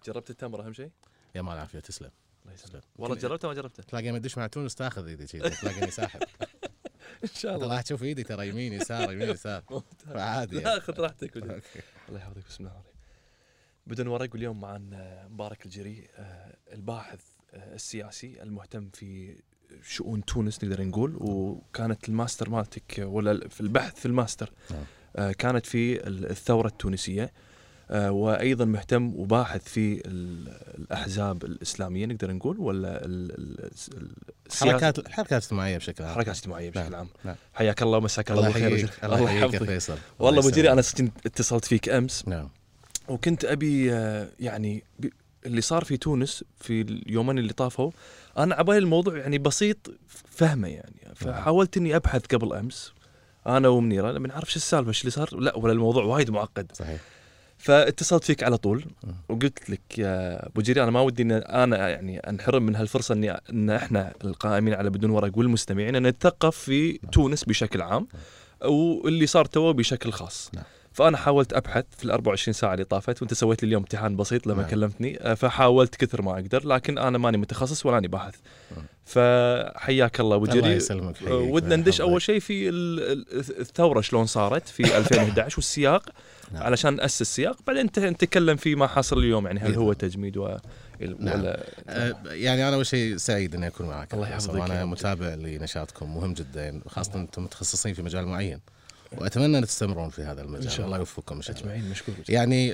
جربت التمر اهم شيء؟ يا مال العافيه تسلم. الله يسلمك. والله جربته ما جربته؟ تلاقي ما تدش مع تونس تاخذ ايدي كذي تلاقيني ساحب. ان شاء انت الله. راح تشوف ايدي ترى يمين يسار يمين يسار فعادي. لا خذ راحتك. الله يحفظك. بسم الله الرحمن الرحيم. بدون ورق. واليوم معنا مبارك الجري، الباحث السياسي المهتم في شؤون تونس نقدر نقول، وكانت الماستر مالتك ولا في البحث في الماستر كانت في الثورة التونسية، وأيضا مهتم وباحث في الأحزاب الإسلامية نقدر نقول، ولا الحركات الاجتماعية بشكل عام. الحركات الاجتماعية بشكل عام. نعم. حياك الله ومساك الله بالخير. الله يحييك فيصل. والله أبو جري أنا اتصلت فيك أمس. نعم. وكنت أبي يعني اللي صار في تونس في اليومين اللي طافوا، أنا عبالي الموضوع يعني بسيط فهمه يعني، فحاولت إني أبحث قبل أمس أنا ومنيرة لما نعرف شو السالفة شو اللي صار، لا ولا الموضوع وايد معقد. صحيح. فاتصلت فيك على طول وقلت لك يا أبو جري أنا ما ودي إن أنا يعني أنحرم من هالفرصة إن إحنا القائمين على بدون ورق والمستمعين أن نتثقف في تونس بشكل عام واللي صار تو بشكل خاص. فأنا حاولت أبحث في 24 ساعة اللي طافت، وأنت سويت لي اليوم امتحان بسيط لما كلمتني، فحاولت كثر ما أقدر، لكن أنا ماني متخصص ولا أني باحث. فحياك الله أبو جري. ودنا ندش أول شيء في الثورة شلون صارت في 2011 والسياق علشان نأسس السياق، بعدين نتكلم في ما حصل اليوم، يعني هل هو تجميد ولا يعني أنا أول شيء سعيد إني أكون معك. الله يحفظك. أنا متابع لنشاطكم مهم جدا، خاصة أنتم متخصصين في مجال معين، وأتمنى أن تستمرون في هذا المجال. إن شاء الله يوفقكم إن شاء الله. أجمعين. مشكور. يعني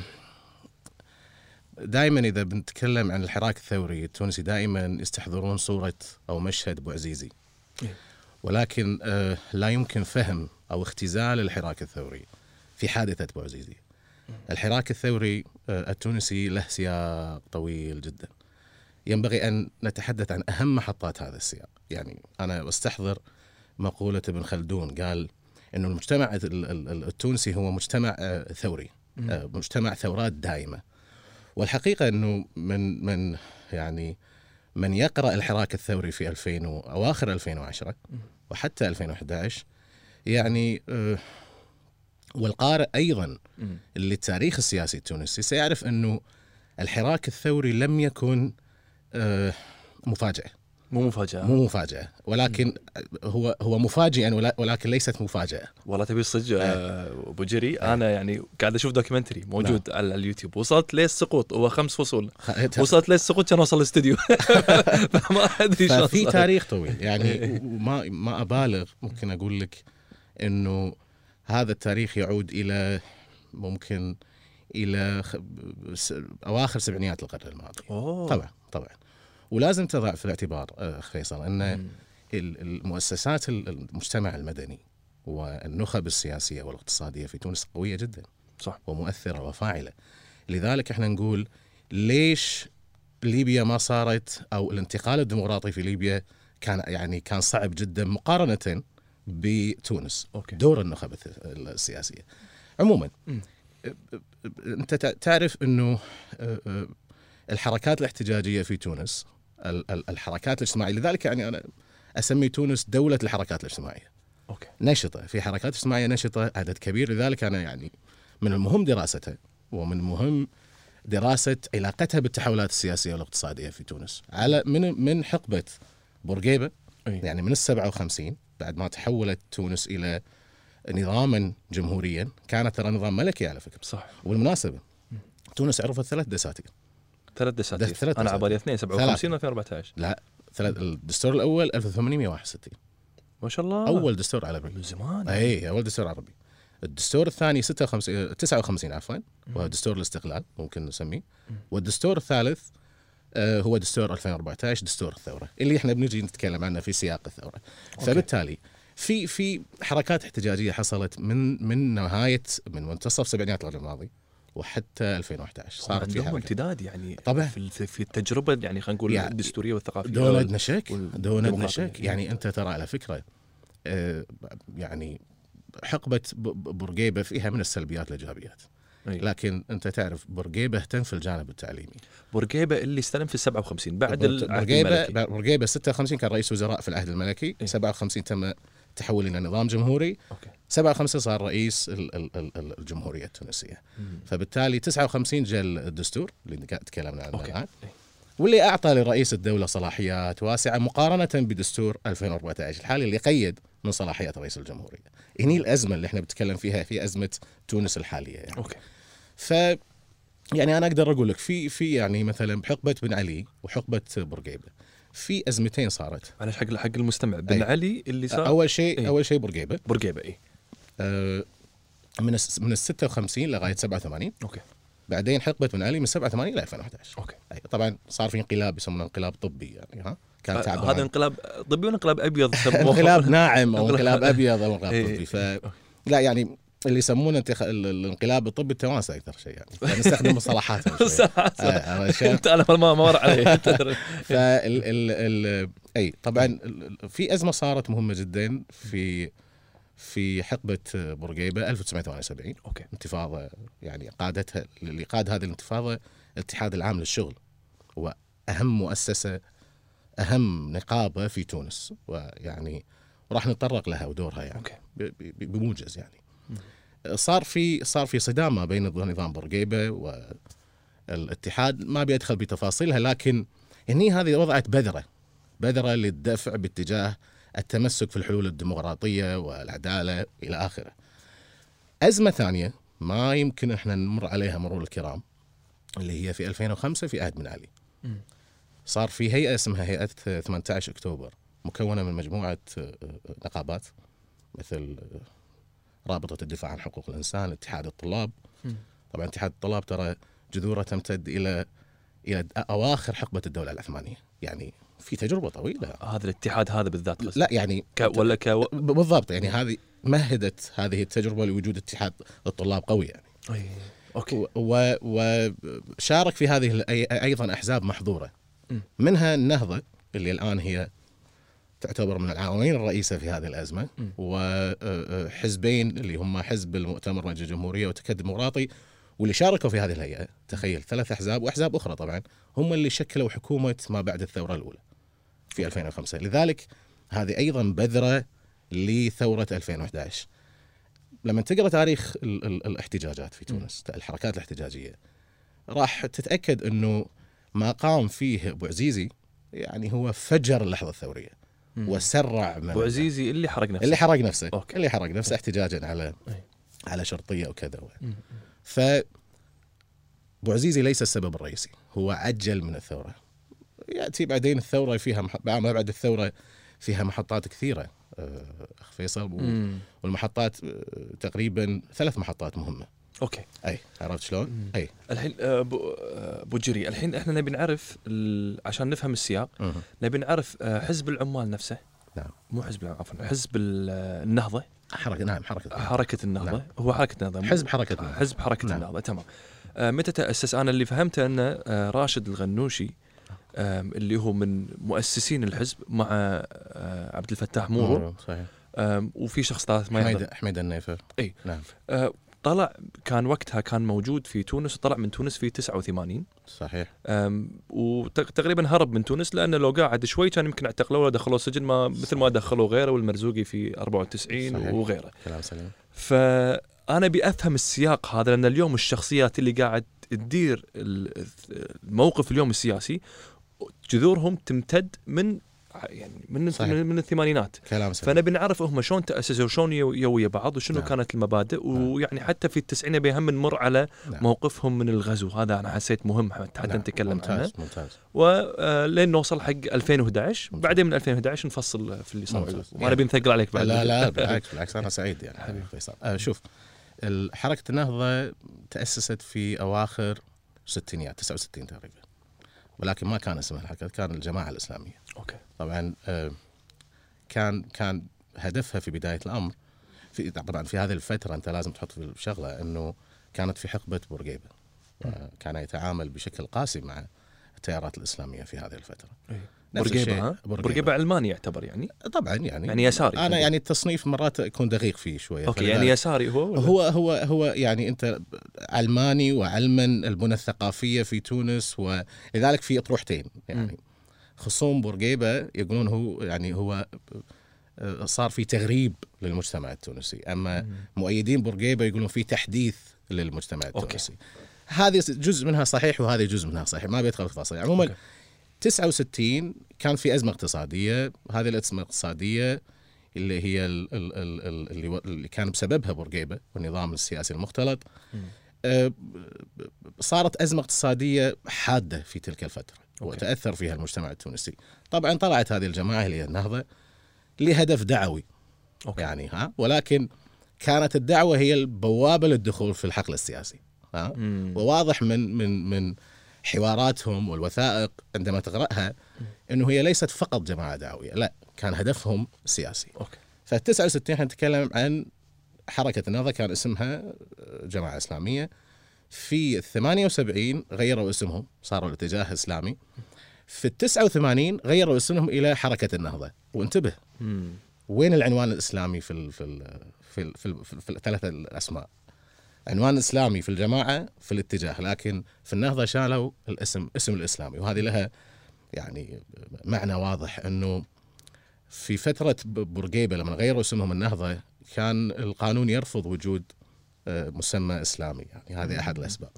دائما إذا بنتكلم عن الحراك الثوري التونسي دائما يستحضرون صورة أو مشهد أبو عزيزي، ولكن لا يمكن فهم أو اختزال الحراك الثوري في حادثة أبو عزيزي. الحراك الثوري التونسي له سياق طويل جدا، ينبغي أن نتحدث عن أهم محطات هذا السياق. يعني أنا أستحضر مقولة ابن خلدون، قال إنه المجتمع التونسي هو مجتمع ثوري، مجتمع ثورات دائمة. والحقيقة إنه من يقرأ الحراك الثوري في 2000 أواخر 2010 وحتى 2011 يعني والقارئ أيضا للتاريخ السياسي التونسي سيعرف إنه الحراك الثوري لم يكن مفاجأة. مو مفاجأة ولكن هو مفاجئا، ولكن ليست مفاجأة. والله تبي الصدق أبو جري، أنا يعني قاعد أشوف دوكيومنتري موجود على اليوتيوب، وصلت ليه السقوط، هو 5 فصول وصلت ليه السقوط كان وصل الاستديو. فما أدري شو في تاريخ طويل يعني، ما أبالغ، ممكن أقول لك إنه هذا التاريخ يعود إلى ممكن إلى أواخر سبعينيات القرن الماضي. طبعا ولازم تضع في الاعتبار أخ فيصل أن المؤسسات المجتمع المدني والنخب السياسية والاقتصادية في تونس قوية جدا، صح، ومؤثرة وفاعلة. لذلك احنا نقول ليش ليبيا ما صارت، أو الانتقال الديمقراطي في ليبيا كان صعب جدا مقارنة بتونس. دور النخب السياسية عموما. أنت تعرف أنه الحركات الاحتجاجية في تونس، الحركات الاجتماعية، لذلك يعني أنا أسمي تونس دولة الحركات الاجتماعية. نشطة، في حركات اجتماعية نشطة عدد كبير. لذلك أنا يعني من المهم دراستها، ومن المهم دراسة علاقتها بالتحولات السياسية والاقتصادية في تونس على من حقبة بورقيبة، يعني من 57 بعد ما تحولت تونس إلى نظاما جمهوريا، كانت ترى نظام ملكي على فكرة. صح. والمناسبة تونس عرفت 3 دساتير. أنا عبالي 2 57 و 2014. لا، الدستور الأول 1861 ما شاء الله، أول دستور عربي من زمان. أول دستور عربي. الدستور الثاني 59 عفوا، وهو دستور الاستقلال ممكن نسميه. والدستور الثالث هو دستور 2014 دستور الثورة، اللي احنا بنجي نتكلم عنه في سياق الثورة. فبالتالي في حركات احتجاجية حصلت من منتصف سبعينيات القرن الماضي وحتى 2011 صارت في حركة امتداد يعني طبعا في التجربة، يعني خلينا نقول يعني الدستورية والثقافية دون أدنى شك. يعني أنت ترى على فكرة يعني حقبة بورقيبة فيها من السلبيات والإيجابيات، لكن أنت تعرف بورقيبة اهتم في الجانب التعليمي. بورقيبة اللي استلم في 57 بعد بورقيبة 56 كان رئيس وزراء في العهد الملكي. 57 تم تحول إلى نظام جمهوري. أوكي. 57 صار رئيس الجمهورية التونسية. فبالتالي 59 جاء الدستور اللي تكلمنا عنه الآن، واللي أعطى لرئيس الدولة صلاحيات واسعة مقارنة بدستور 2014 الحالي اللي قيد من صلاحيات رئيس الجمهورية. هني الأزمة اللي احنا بنتكلم فيها في أزمة تونس الحالية يعني. أوكي. يعني أنا أقدر أقول لك في يعني مثلا بحقبة بن علي وحقبة بورقيبة في أزمتين صارت. معلش حق المستمع، بن علي اللي صار أول شيء بورقيبة. من 56 لغاية 87. أوكي. بعدين حقبة بن علي من 87 إلى 2011. أوكي. طبعا صار في انقلاب يسمونه انقلاب طبي يعني كان هذا انقلاب طبي ولا انقلاب أبيض؟ انقلاب ناعم أو انقلاب أبيض أو انقلاب طبي. لا يعني اللي يسمونه الانقلاب الطبي التوانسة أكثر شيء يعني، فنستخدم مصطلحات. أنت أنا ما مر عليه. أي طبعا في أزمة صارت مهمة جدا في حقبة بورقيبة 1978. أوكي. انتفاضة يعني قادتها اللي قاد هذه الانتفاضة الاتحاد العام للشغل، هو أهم مؤسسة أهم نقابة في تونس، ويعني وراح نتطرق لها ودورها يعني. أوكي. بموجز يعني. صار في صدام ما بين نظام بورقيبة والاتحاد، ما بيدخل بتفاصيلها، لكن هني هذه وضعت بذرة للدفع باتجاه التمسك في الحلول الديمقراطية والعدالة إلى آخره. أزمة ثانية ما يمكن إحنا نمر عليها مرور الكرام اللي هي في 2005 في عهد بن علي. صار في هيئة اسمها هيئة 18 أكتوبر مكونة من مجموعة نقابات مثل رابطة الدفاع عن حقوق الإنسان، اتحاد الطلاب. طبعا اتحاد الطلاب ترى جذوره تمتد إلى أواخر حقبة الدولة العثمانية، يعني في تجربة طويلة. هذا الاتحاد هذا بالذات لا يعني بالضبط يعني هذه مهدت هذه التجربة لوجود اتحاد الطلاب قوي يعني. أوكي. وشارك في هذه أيضا أحزاب محظورة، منها النهضة اللي الآن هي تعتبر من العوامل الرئيسة في هذه الأزمة، وحزبين اللي هم حزب المؤتمر مجلس الجمهورية والتكتل الديمقراطي، واللي شاركوا في هذه الهيئة تخيل 3 أحزاب وأحزاب أخرى طبعا هم اللي شكلوا حكومة ما بعد الثورة الأولى في 2005. لذلك هذه أيضا بذرة لثورة 2011. لما تقرأ تاريخ الاحتجاجات في تونس، الحركات الاحتجاجية، راح تتأكد أنه ما قام فيه أبو عزيزي يعني هو فجر اللحظة الثورية وسرع من أبو عزيزي اللي حرق نفسه. اللي حرق نفسه احتجاجا على شرطية وكذا. أبو عزيزي ليس السبب الرئيسي، هو عجل من الثورة. يأتي بعدين الثورة فيها ما بعد الثورة فيها محطات كثيرة أخ فيصل، والمحطات تقريبا 3 محطات مهمة. أوكي. أي عرفت شلون؟ أي الحين بوجري، الحين إحنا نبي نعرف عشان نفهم السياق، نبي نعرف حزب العمال نفسه. نعم. مو حزب العمال، عفوا حزب النهضة. حركة النهضة. نعم. هو حركة النهضة. حزب حركة نعم. النهضة. تمام. متى تأسس؟ أنا اللي فهمته أن راشد الغنوشي اللي هو من مؤسسين الحزب مع عبد الفتاح مورو. صحيح. وفي شخص ثالث ما حميد النيفر. اي نعم. طلع كان وقتها كان موجود في تونس، وطلع من تونس في 89. صحيح. وتقريبا هرب من تونس، لأنه لو قاعد شوي كان يمكن اعتقلوه ولا دخلوه السجن، مثل ما دخلوا غيره والمرزوقي في 94. صحيح. وغيره. كلام سليم. فأنا بأفهم السياق هذا، لأن اليوم الشخصيات اللي قاعد تدير الموقف اليوم السياسي جذورهم تمتد من الثمانينات. فنبي نعرف هم شلون تأسسوا وشلون يويا بعض وشنو نعم. كانت المبادئ. ويعني حتى في التسعين بهم نمر على موقفهم من الغزو. هذا أنا حسيت مهم حتى نتكلم عنه. ممتاز. ولين نوصل حق 2011. بعدين من 2011 نفصل في اللي صار. وأنا بنثقل عليك بعد. لا بالعكس أنا سعيد يعني فيصل. شوف، حركة النهضة تأسست في أواخر الستينيات 69 تقريبا، ولكن ما كان اسمها الحركة، كان الجماعة الإسلامية. أوكي. طبعا كان هدفها في بداية الأمر طبعا في هذه الفترة أنت لازم تحط في الشغلة أنه كانت في حقبة بورقيبة، وكان يتعامل بشكل قاسي مع التيارات الإسلامية في هذه الفترة. بورقيبة علماني يعتبر يعني. طبعا يعني يساري. أنا يعني التصنيف مرات يكون دقيق فيه شوية. أوكي. يعني يساري هو يعني أنت علماني وعلما البنى الثقافية في تونس، ولذلك في أطروحتين يعني. خصوم بورقيبة يقولون هو صار في تغريب للمجتمع التونسي. أما مؤيدين بورقيبة يقولون في تحديث للمجتمع التونسي. هذه جزء منها صحيح وهذه جزء منها صحيح، ما بيدخل في تفاصيل. عموما 69 كان في أزمة اقتصادية، هذه الأزمة الاقتصادية اللي هي اللي كان بسببها بورقيبة والنظام السياسي المختلط، صارت أزمة اقتصادية حادة في تلك الفترة وتأثر فيها المجتمع التونسي. طبعا طلعت هذه الجماعة اللي هي النهضة لهدف دعوي يعني ولكن كانت الدعوة هي البوابة للدخول في الحقل السياسي. وواضح من حواراتهم والوثائق عندما تقرأها أنه هي ليست فقط جماعة دعوية، لا، كان هدفهم سياسي. ف69 نتكلم عن حركة النهضة، كان اسمها جماعة إسلامية. في 78 غيروا اسمهم، صاروا الاتجاه الإسلامي. في 89 غيروا اسمهم إلى حركة النهضة. وانتبه، وين العنوان الإسلامي في الثلاثة الأسماء؟ عنوان إسلامي في الجماعة في الاتجاه، لكن في النهضة شالوا اسم الإسلامي. وهذه لها يعني معنى واضح، أنه في فترة بورقيبة لما غيروا اسمهم النهضة كان القانون يرفض وجود مسمى إسلامي، يعني هذه أحد الأسباب.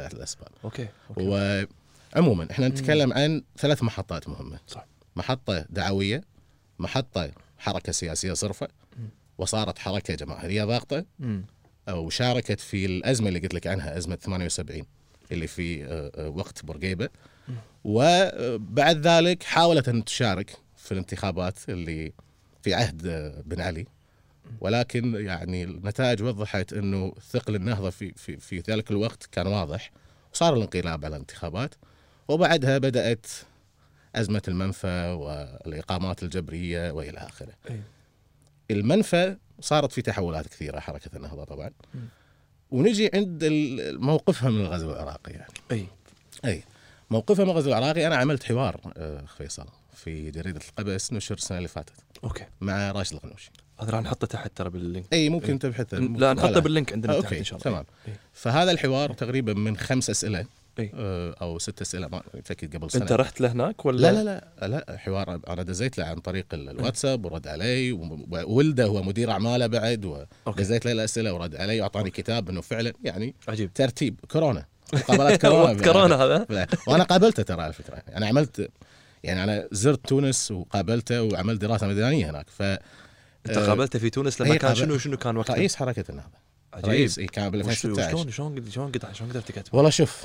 وعموما احنا نتكلم عن 3 محطات مهمة. صح. محطة دعوية، محطة حركة سياسية صرفة، وصارت حركة جماهيرية ضاغطة، أو شاركت في الأزمة اللي قلت لك عنها، أزمة 78 اللي في وقت بورقيبة. وبعد ذلك حاولت أن تشارك في الانتخابات اللي في عهد بن علي، ولكن يعني النتائج وضحت أنه ثقل النهضة في ذلك الوقت كان واضح، وصار الانقلاب على الانتخابات. وبعدها بدأت أزمة المنفى والإقامات الجبرية وإلى آخره. المنفى صارت في تحولات كثيرة حركة النهضة طبعا. ونجي عند موقفها من الغزو العراقي يعني. أي موقفها من الغزو العراقي، أنا عملت حوار فيصل في جريدة القبس، نشر السنة اللي فاتت مع راشد الغنوشي. هذا راح نحطه تحت ترى باللينك. اي ممكن تبحثه. لا نحطه باللينك عندنا تحت ان شاء الله. تمام. فهذا الحوار تقريبا من 5 أسئلة او 6 أسئلة، ما متأكد، قبل سنة. انت رحت لهناك ولا؟ لا حوار انا دزيت له عن طريق الواتساب ورد علي، وولده هو مدير اعماله بعد، ودزيت له الأسئلة ورد علي واعطاني كتاب انه فعلا يعني عجيب. ترتيب كورونا، مقابلات كورونا. كورونا هذا. وانا قابلته ترى على فكرة، انا عملت يعني انا زرت تونس وقابلته وعملت دراسة ميدانية هناك. انت قابلته في تونس لما كان شنو كان وقتها؟ رئيس حركة النهضة. عجيب. رئيس كان بال 2016. شلون قدرت تكتب؟ والله شوف،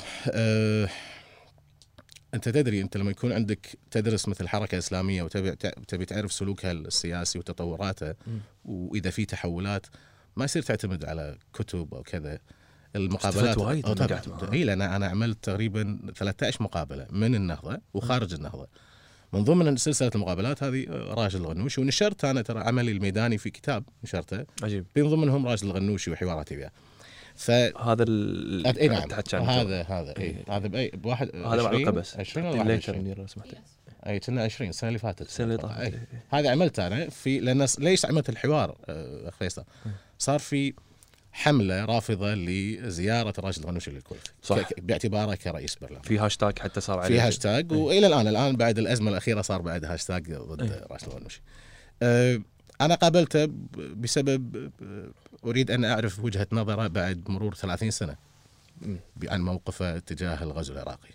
انت تدري، انت لما يكون عندك تدرس مثل حركة إسلامية وتبي تعرف سلوكها السياسي وتطوراته، واذا في تحولات، ما يصير تعتمد على كتب او كذا. المقابلات هي انا عملت تقريبا 13 مقابلة من النهضة وخارج النهضة. من ضمن سلسلة المقابلات هذه راشد الغنوشي، ونشرت أنا ترى عملي الميداني في كتاب نشرته. عجيب. من ضمنهم راشد الغنوشي وحواراتي بها. هذا نعم. هذا بواحد هذا مع القبس 20 ولا 21 لو سمحت. اي كنا 20 السنة اللي فاتت. السنة اللي طافت. هذا عملت أنا في، لأن ليش عملت الحوار فيصل؟ صار في حملة رافضة لزيارة راشد الغنوشي للكويت، باعتباره كرئيس برلمان. في هاشتاج حتى صار عليه. في هاشتاج، وإلى الآن بعد الأزمة الأخيرة صار بعد هاشتاج ضد راشد الغنوشي. أنا قابلته بسبب أريد أن أعرف وجهة نظره بعد مرور 30 سنة عن موقفه تجاه الغزو العراقي.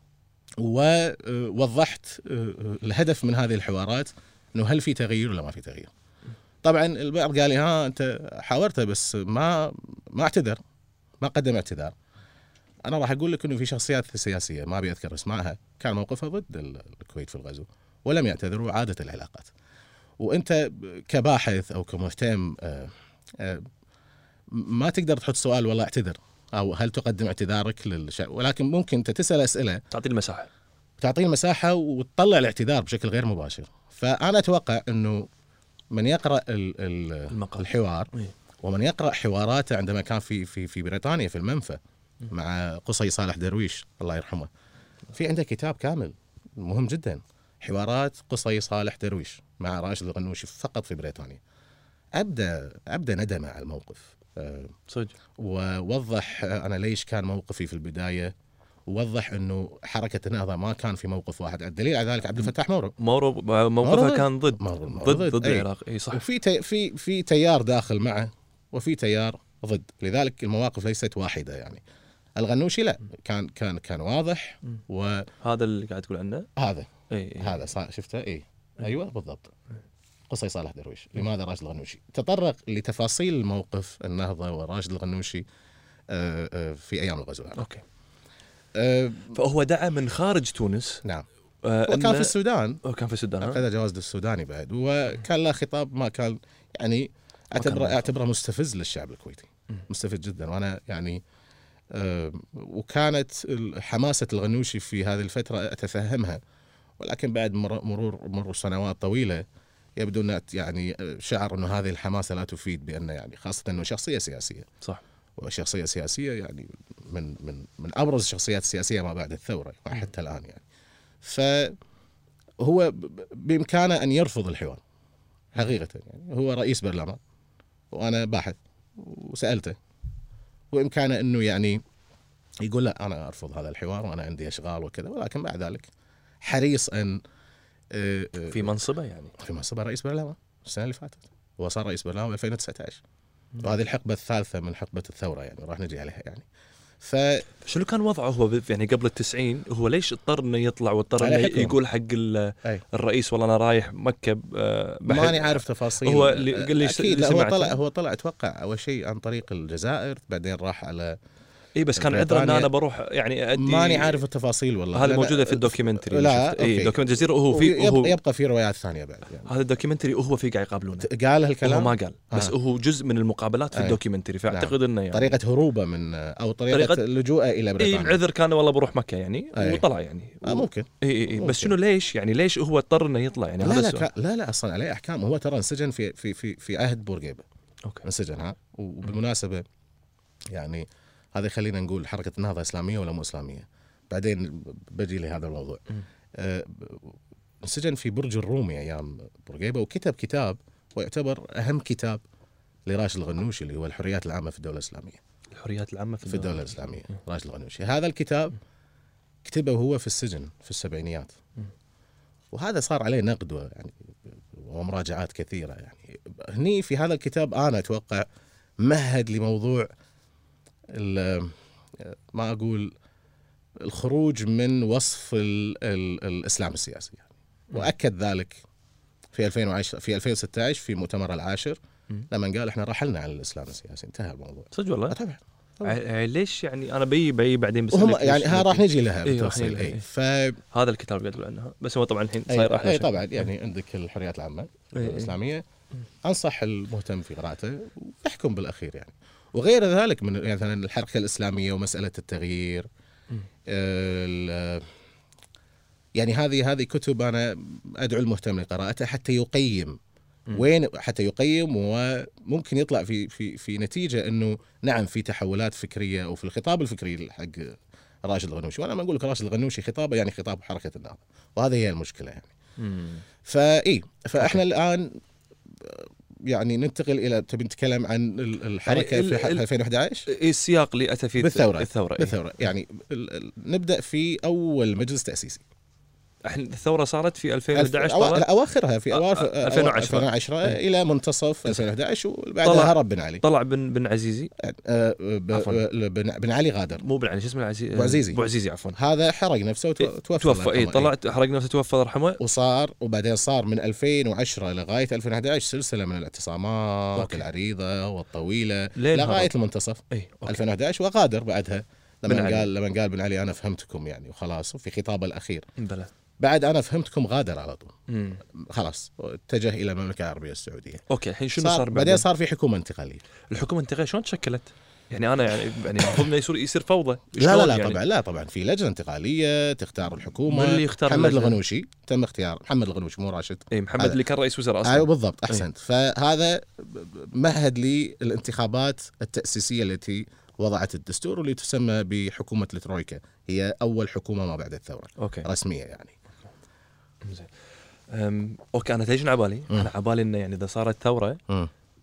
ووضحت الهدف من هذه الحوارات أنه هل في تغيير ولا ما في تغيير. طبعا البعض قال لي أنت حاورته بس ما اعتذر، ما قدم اعتذار. أنا راح أقول لك أنه في شخصيات سياسية ما أبي أذكر اسمائها كان موقفها ضد الكويت في الغزو ولم يعتذر وعادت العلاقات. وأنت كباحث أو كمهتم ما تقدر تحط سؤال والله اعتذر أو هل تقدم اعتذارك للشعب، ولكن ممكن أنت تسأل أسئلة تعطي المساحة وتطلع الاعتذار بشكل غير مباشر. فأنا أتوقع أنه من يقرأ الحوار ومن يقرأ حواراته عندما كان في بريطانيا في المنفى مع قصي صالح درويش الله يرحمه، في عنده كتاب كامل مهم جدا، حوارات قصي صالح درويش مع راشد الغنوشي فقط في بريطانيا. أبدأ ندم على الموقف صدق، ووضح أنا ليش كان موقفي في البداية ووضح انه حركه النهضه ما كان في موقف واحد. الدليل على ذلك عبد الفتاح مورو موقفها كان ضد أي. العراق. اي صح. وفي في تيار داخل معه وفي تيار ضد، لذلك المواقف ليست واحده يعني. الغنوشي لا، كان واضح، وهذا اللي قاعد تقول عنه. هذا شفته. ايوه بالضبط. قصي صالح درويش. لماذا راشد الغنوشي تطرق لتفاصيل الموقف النهضه وراشد الغنوشي في ايام الغزو العراقي. اوكي. فهو دعا من خارج تونس. نعم. وكان في السودان. كان في السودان. أخذ جواز السوداني بعد، وكان له خطاب ما كان يعني اعتبره مستفز للشعب الكويتي. مستفز جدا. وانا يعني وكانت حماسة الغنوشي في هذه الفترة أتفهمها، ولكن بعد مرور سنوات طويلة يبدو أن يعني شعر أنه هذه الحماسة لا تفيد، بأن يعني خاصة أنه شخصية سياسية. صح. وشخصية سياسية يعني من أبرز الشخصيات السياسية ما بعد الثورة وحتى الآن يعني. فهو بإمكانه أن يرفض الحوار حقيقة يعني. هو رئيس برلمان وأنا باحث وسألته، وإمكانه أنه يعني يقول لا أنا أرفض هذا الحوار وأنا عندي أشغال وكذا، ولكن بعد ذلك حريص أن في منصبه يعني في منصبه رئيس برلمان السنة اللي فاتت. هو صار رئيس برلمان 2019 وهذه الحقبة الثالثة من حقبة الثورة يعني، راح نجي عليها يعني. شنو كان وضعه هو يعني قبل ال90؟ هو ليش اضطر انه يطلع واضطر انه يقول حق الرئيس والله انا رايح مكة ماني عارف تفاصيل. هو اللي هو طلع اتوقع اول شيء عن طريق الجزائر، بعدين راح على بس كان عذره ان انا بروح يعني ادي. ماني عارف التفاصيل والله. هذا موجوده في الدوكيومنتري. لا دوكيومنتري الجزيرة وهو يبقى في روايات ثانيه بعد يعني. هذا الدوكيومنتري وهو في قاعد يقابلونه. قال هالكلام؟ هو ما قال بس هو جزء من المقابلات في الدوكيومنتري. فاعتقد انه يعني طريقه هروبه من او طريقه لجوءه الى بريطانيا. العذر كان والله بروح مكة يعني وطلع يعني ممكن. ممكن. بس شنو ليش يعني ليش هو اضطر انه يطلع يعني؟ لا اصلا عليه احكام. هو ترى انسجن في عهد بورقيبه. انسجن. وبالمناسبه يعني هذا خلينا نقول حركة النهضة إسلامية ولا مو إسلامية، بعدين بجي لهذا الموضوع. انسجن في برج الرومي أيام بورقيبة، وكتب كتاب ويعتبر أهم كتاب لراشد الغنوشي اللي هو الحريات العامة في الدولة الإسلامية. الحريات العامة في الدولة الإسلامية. راشد الغنوشي هذا الكتاب كتبه وهو في السجن في السبعينيات، وهذا صار عليه نقد يعني ومراجعات كثيرة يعني. هني في هذا الكتاب أنا أتوقع مهد لموضوع ما أقول الخروج من وصف الإسلام السياسي يعني. وأكد ذلك في 2010 في 2016 في مؤتمر العاشر لما قال إحنا رحلنا عن الإسلام السياسي. انتهى الموضوع. صدق والله؟ طبعا. ليش يعني أنا بي بعدين بس يعني ها راح نجي لها بالتفصيل. هذا الكتاب اللي قاعد عنها. بس هو طبعا الحين صاير أحلى طبعا يعني عندك الحريات العامة الإسلامية. أنصح المهتم في قراءته ويحكم بالأخير يعني. وغير ذلك من يعني مثلا الحركة الإسلامية ومسألة التغيير. يعني هذه كتب أنا أدعو المهتم لقراءتها حتى يقيم وممكن يطلع في نتيجة إنه نعم في تحولات فكرية أو في الخطاب الفكري حق راشد الغنوشي. وأنا ما أقول لك راشد الغنوشي خطابه يعني خطاب حركة النهضة، وهذه هي المشكلة يعني. فإحنا الآن يعني ننتقل إلى تبي نتكلم عن الحركة يعني في 2011. السياق اللي أتى فيه بالثورة يعني نبدأ في أول مجلس تأسيسي. الثورة صارت في 2011 أواخرها في أواخر 2010 إلى منتصف 2011 وبعدها هرب بن علي. طلع بن عزيزي بن علي غادر. مو بن علي شو اسمه العزيزي بو عزيزي عفوا. هذا حرق نفسه توفى. طلعت حرق نفسه توفى الله يرحمه. وبعدين صار من 2010 لغاية 2011 سلسلة من الاعتصامات العريضة والطويلة لغاية المنتصف 2011 وغادر بعدها لما قال بن علي أنا فهمتكم يعني وخلاص. وفي خطابه الأخير بعد أنا فهمتكم غادر على طول. خلاص اتجه إلى المملكة العربية السعودية. أوكي الحين شنو صار بعدين؟ صار في حكومة انتقالية. الحكومة الانتقالية شلون تشكلت؟ يعني أنا يعني المفروض يصير فوضى. لا يعني؟ طبعا في لجنة انتقالية تختار الحكومة. من اللي يختار؟ محمد الغنوشي. تم اختيار محمد الغنوشي مو راشد. محمد اللي كان رئيس وزراء أصلا. أيوة بالضبط أحسنت. فهذا مهد لي الانتخابات التأسيسية التي وضعت الدستور واللي تسمى بحكومة الترويكا. هي أول حكومة ما بعد الثورة. رسمية يعني. اوكي انا تيجي عبالي انا عبالي انه يعني اذا صارت ثوره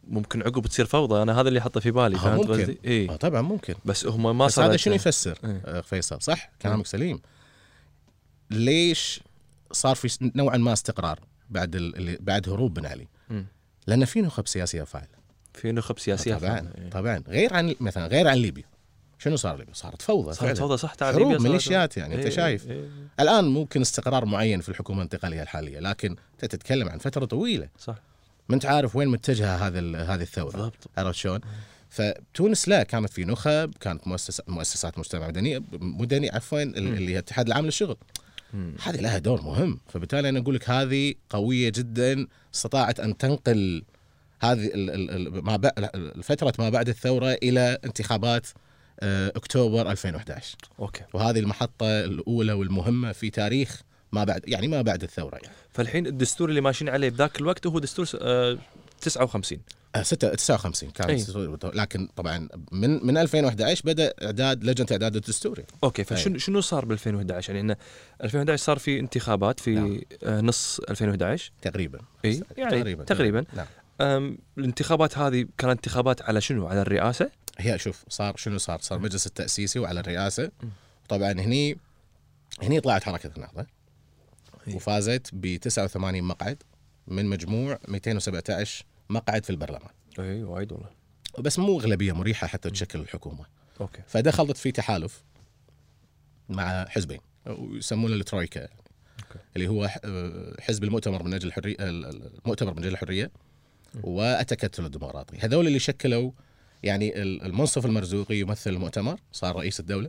ممكن عقب تصير فوضى. انا هذا اللي حطه في بالي. فهمت ممكن. قصدي؟ اي طبعا ممكن. بس هم ما بس صار هذا شنو يفسر فيصل؟ صح كلامك سليم. ليش صار في نوعا ما استقرار بعد هروب بن علي؟ لان في نخب سياسيه فاعله، في نخب سياسيه طبعا غير عن مثلا غير عن ليبيا. شنو صار ليبيا؟ صارت فوضى، صارت فوضى صح. حروب ميليشيات يعني. انت شايف الان ممكن استقرار معين في الحكومه الانتقاليه الحاليه، لكن انت تتكلم عن فتره طويله صح. ما انت عارف وين متجهه هذه الثوره. عرفت شلون؟ فتونس لا، كانت في نخب، كانت مؤسسات مجتمع مدني عفوا اللي هي الاتحاد العام للشغل. هذه لها دور مهم. فبالتالي انا اقول لك هذه قويه جدا، استطاعت ان تنقل هذه الفتره ما بعد الثوره الى انتخابات اكتوبر 2011. اوكي. وهذه المحطه الاولى والمهمه في تاريخ ما بعد الثوره يعني. فالحين الدستور اللي ماشيين عليه بذاك الوقت هو دستور 59 59 كان. لكن طبعا من 2011 بدا اعداد لجنه اعداد الدستوري. اوكي. فشنو صار ب 2011 يعني؟ ان 2011 صار في انتخابات في نص 2011 تقريبا. اي يعني تقريبا. نعم. الانتخابات هذه كانت انتخابات على شنو؟ على الرئاسه. هي شوف صار مجلس التاسيسي وعلى الرئاسه. طبعا هني طلعت حركه النهضه وفازت ب 89 مقعد من مجموع 217 مقعد في البرلمان. اي وايد والله. بس مو اغلبيه مريحه حتى تشكل الحكومه. اوكي. فدخلت في تحالف مع حزبين ويسمونه الترويكا. أوكي. اللي هو حزب المؤتمر من اجل الحريه والتكتل الديمقراطي. هذول اللي شكلوا يعني المنصف المرزوقي يمثل المؤتمر، صار رئيس الدوله.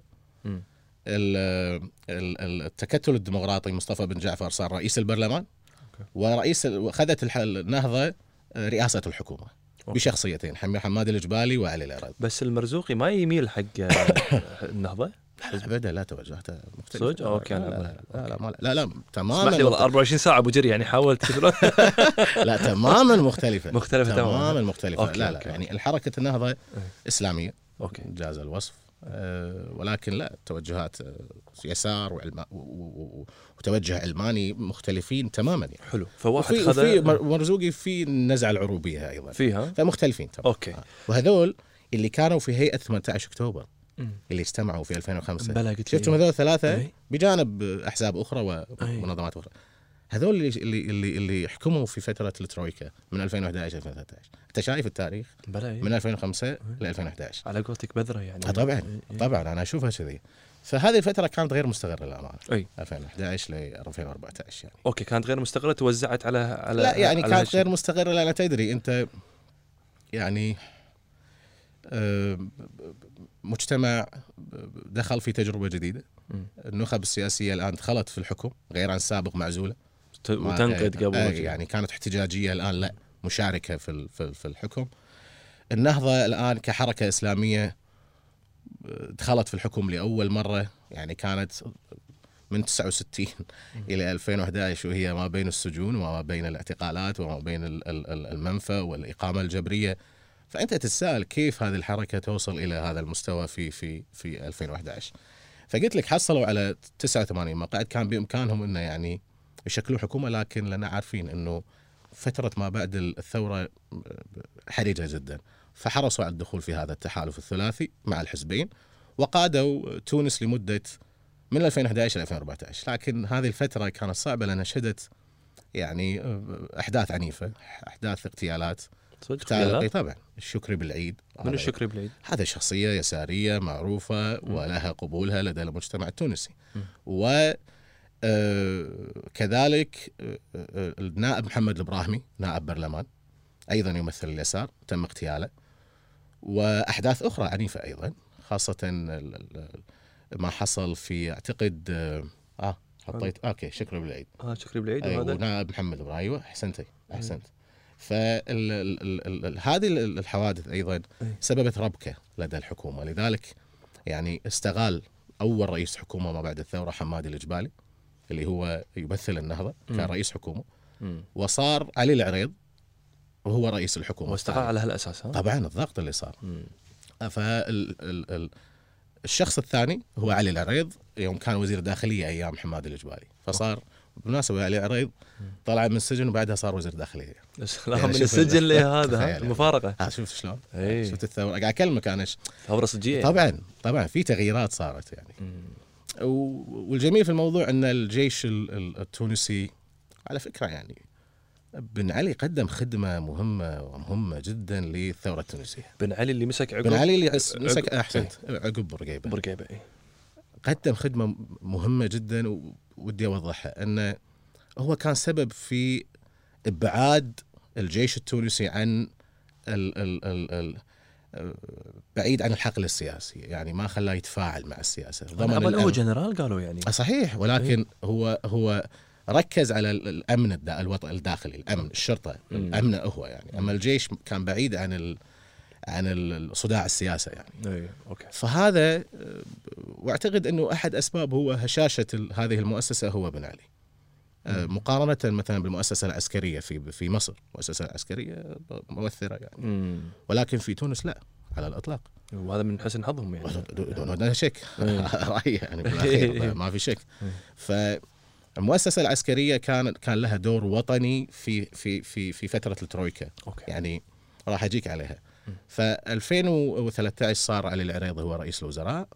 التكتل الديمقراطي مصطفى بن جعفر صار رئيس البرلمان. ورئيس خذت النهضه رئاسه الحكومه. بشخصيتين، حماد الجبالي وعلي العريض. بس المرزوقي ما يميل حق النهضه ابدا، لا توجهته مختلف. صدق؟ اوكي. لا تماما. اسمح لي والله 24 ساعه ابو جري يعني حاولت. لا تماما مختلفه تماما مختلفه. أوكي. لا يعني الحركه النهضه اسلاميه. اوكي. جاز الوصف. ولكن لا، توجهات يسار وتوجه علماني مختلفين تماما يعني. حلو. فواحد وفي مرزوقي في النزعه العروبيه ايضا فيها، فمختلفين تماما. اوكي. وهذول اللي كانوا في هيئه 18 اكتوبر اللي اجتمعوا في 2005. شفتم هذول ثلاثه بجانب احزاب اخرى ومنظمات اخرى. هذول اللي يحكموا في فتره الترويكا من 2011 2013. انت شايف التاريخ من 2005 ل 2011 على قولتك بذره يعني. طبعا انا اشوفها كذي. فهذه الفتره كانت غير مستقره للامانه. 2011 ل 2014 يعني. اوكي. كانت غير مستقره، توزعت على لا يعني على كانت غير مستقره. لان تدري انت يعني مجتمع دخل في تجربه جديده. النخب السياسيه الان دخلت في الحكم غير عن السابق، معزوله وتنقد قبل. يعني كانت احتجاجيه، الان لا، مشاركه في الحكم. النهضه الان كحركه اسلاميه دخلت في الحكم لاول مره، يعني كانت من 69 الى 2011 وهي ما بين السجون وما بين الاعتقالات وما بين المنفى والاقامه الجبريه. فانت تتساءل كيف هذه الحركه توصل الى هذا المستوى في 2011. فقلت لك حصلوا على 89 مقعد، كان بامكانهم انه يعني يشكلوا حكومه، لكن لنا عارفين انه فتره ما بعد الثوره حرجه جدا، فحرصوا على الدخول في هذا التحالف الثلاثي مع الحزبين وقادوا تونس لمده من 2011 ل 2014. لكن هذه الفتره كانت صعبه لانها شهدت يعني احداث عنيفه، احداث اغتيالات. طبعا الشكري بالعيد. من الشكري بالعيد؟ هذا شخصيه يساريه معروفه ولها قبولها لدى المجتمع التونسي. كذلك النائب محمد البراهمي نائب برلمان أيضا يمثل اليسار تم اغتياله. وأحداث أخرى عنيفة أيضا، خاصة ما حصل في اعتقد حطيت اوكي شكري بالعيد. شكري بالعيد. وهذا ونائب محمد البراهمي. احسنت. فهذه الحوادث أيضا سببت ربكة لدى الحكومة. لذلك يعني استغال أول رئيس حكومة ما بعد الثورة حماد الجبالي اللي هو يمثل النهضة كان رئيس حكومة، وصار علي العريض وهو رئيس الحكومة. واستغل على هالأساس. طبعا الضغط اللي صار. الشخص الثاني هو علي العريض، يوم كان وزير داخلية أيام حماد الجبالي، فصار بالمناسبة عليه عريض طلع من السجن وبعدها صار وزير داخلية. لا من السجن لهذا المفارقة. شوف شلون؟ ايه. شفت الثورة؟ قاعد أكلمك أنا ثورة صجية. طبعا في تغييرات صارت يعني. والجميل في الموضوع أن الجيش التونسي على فكرة يعني بن علي قدم خدمة مهمة جدا للثورة التونسية. بن علي اللي مسك عقب. بن علي اللي مسك أحسنت عقب برقيبة. إيه. قدم خدمة مهمة جدا ودي أوضحها، أنه هو كان سبب في إبعاد الجيش التونسي عن بعيد عن الحقل السياسي، يعني ما خلاه يتفاعل مع السياسة. ضمن هو جنرال قالوا يعني. صحيح، ولكن هو ركز على الأمن الداخلي، الأمن الشرطة، الأمن هو يعني. أما الجيش كان بعيد عن الصداع السياسة يعني. أيه. أوكي. فهذا واعتقد أنه أحد أسباب هو هشاشة هذه المؤسسة هو بن علي، مقارنة مثلا بالمؤسسة العسكرية في مصر. المؤسسة العسكرية مؤثرة يعني. ولكن في تونس لا على الإطلاق، وهذا من حسن حظهم يعني. دون شك. رأيي يعني بالأخير ما في شك. فالمؤسسة العسكرية كان لها دور وطني في فترة الترويكا. أوكي. يعني راح أجيك عليها. ف2013 صار علي العريض هو رئيس الوزراء،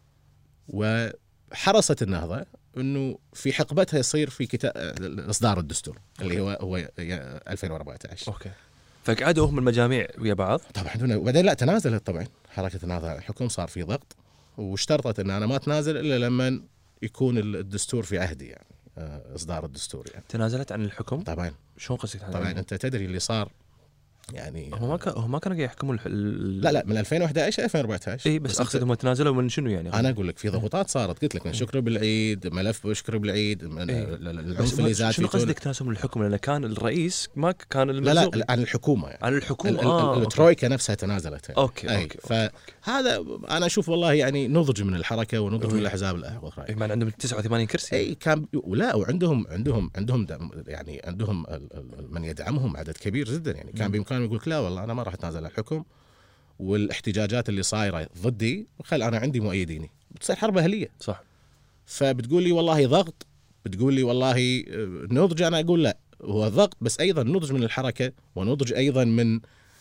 وحرصت النهضة انه في حقبتها يصير في اصدار الدستور اللي هو 2014. اوكي. فقعدوا هم المجاميع ويا بعض طبعا، وبعدين لا تنازلت طبعا حركة النهضة عن الحكم، صار في ضغط واشترطت ان انا ما اتنازل الا لما يكون الدستور في عهدي، يعني اصدار الدستور يعني. تنازلت عن الحكم طبعا. شلون قصدك؟ طبعا انت تدري اللي صار يعني. هم ما كانوا يحكمون لا من 2011 2014. اي بس اقصد هم تنازلوا من شنو يعني؟ انا اقول لك في ضغوطات صارت، قلت لك من شكري بالعيد، ملف بشكري بالعيد، العنف اللي زاد. شنو قصدك تنازلوا من الحكم؟ لان كان الرئيس ما كان المرزوق. لا عن الحكومه يعني. عن الحكومه. الترويكا نفسها تنازلت يعني. أوكي. فهذا انا اشوف والله يعني نضج من الحركه ونضج من الاحزاب الاخرى. اي عندهم 89 كرسي. اي كان ولا وعندهم يعني عندهم من يدعمهم عدد كبير جدا يعني. كان بامكانهم يقول لا والله انا ما راح اتنازل عن الحكم، والاحتجاجات اللي صايره ضدي خل انا عندي مؤيديني، بتصير حرب اهليه. صح. فبتقول لي والله ضغط، بتقول لي والله نضج، انا اقول لا، هو ضغط بس ايضا نضج من الحركه ونضج ايضا من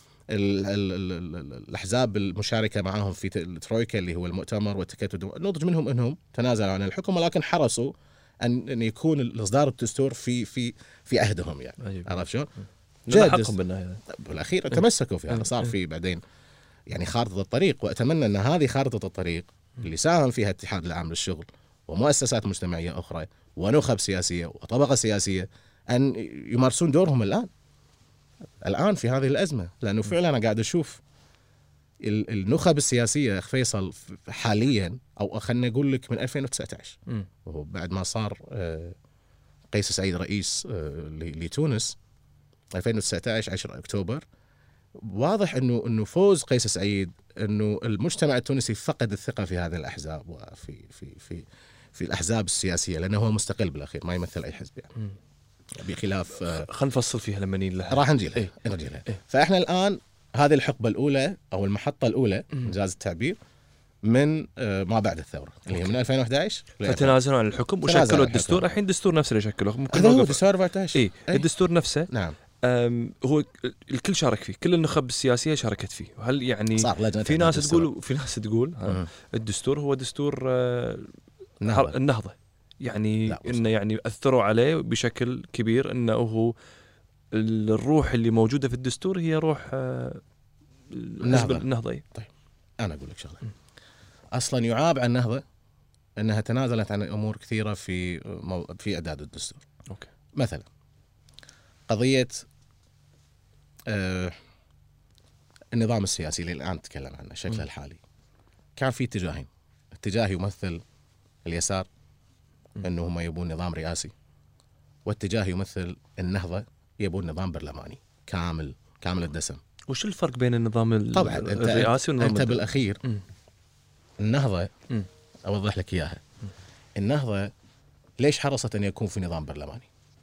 الاحزاب المشاركه معاهم في الترويكا اللي هو المؤتمر والتكتل. نضج منهم انهم تنازلوا عن الحكم، ولكن حرصوا ان يكون اصدار الدستور في عهدهم يعني. عرفت شلون؟ حقهم بالنهايه بالاخير تمسكوا فيها. صار في بعدين يعني خارطه الطريق، واتمنى ان هذه خارطه الطريق اللي ساهم فيها الاتحاد العام للشغل ومؤسسات مجتمعيه اخرى ونخب سياسيه وطبقه سياسيه ان يمارسون دورهم الان في هذه الازمه. لانه فعلا انا قاعد اشوف النخب السياسيه اخ فيصل حاليا، او خلينا نقول لك من 2019 وهو بعد ما صار قيس سعيد رئيس لتونس 2019 10 أكتوبر، واضح انه فوز قيس سعيد انه المجتمع التونسي فقد الثقه في هذه الاحزاب وفي في في في الاحزاب السياسيه، لانه هو مستقل بالاخير ما يمثل اي حزب يعني. بخلاف خلينا نفصل فيها لما نيجي لها، راح نجي لها. فاحنا الان هذه الحقبه الاولى او المحطه الاولى انجاز التعبير من ما بعد الثوره اللي هي من 2011. فتنازلوا عن الحكم وشكلوا الدستور. الحين الدستور نفسه اللي شكله هذا هو دستور 14. الدستور نفسه. نعم. هو الكل شارك فيه، كل النخب السياسيه شاركت فيه. وهل يعني في ناس تقول الدستور هو دستور النهضه يعني انه يعني اثروا عليه بشكل كبير، انه هو الروح اللي موجوده في الدستور هي روح النهضه. طيب انا اقول لك شغله. اصلا يعاب عن النهضه انها تنازلت عن امور كثيره في اعداد الدستور. اوكي. مثلا قضيه النظام السياسي اللي الان نتكلم عنه شكله الحالي، كان في اتجاهين. اتجاه يمثل اليسار انه هم يبون نظام رئاسي، واتجاه يمثل النهضه يبون نظام برلماني كامل الدسم. وش الفرق بين النظام طبعا الرئاسي والنظام انت بالاخير النهضه اوضح لك اياها. النهضه ليش حرصت ان يكون في نظام برلماني؟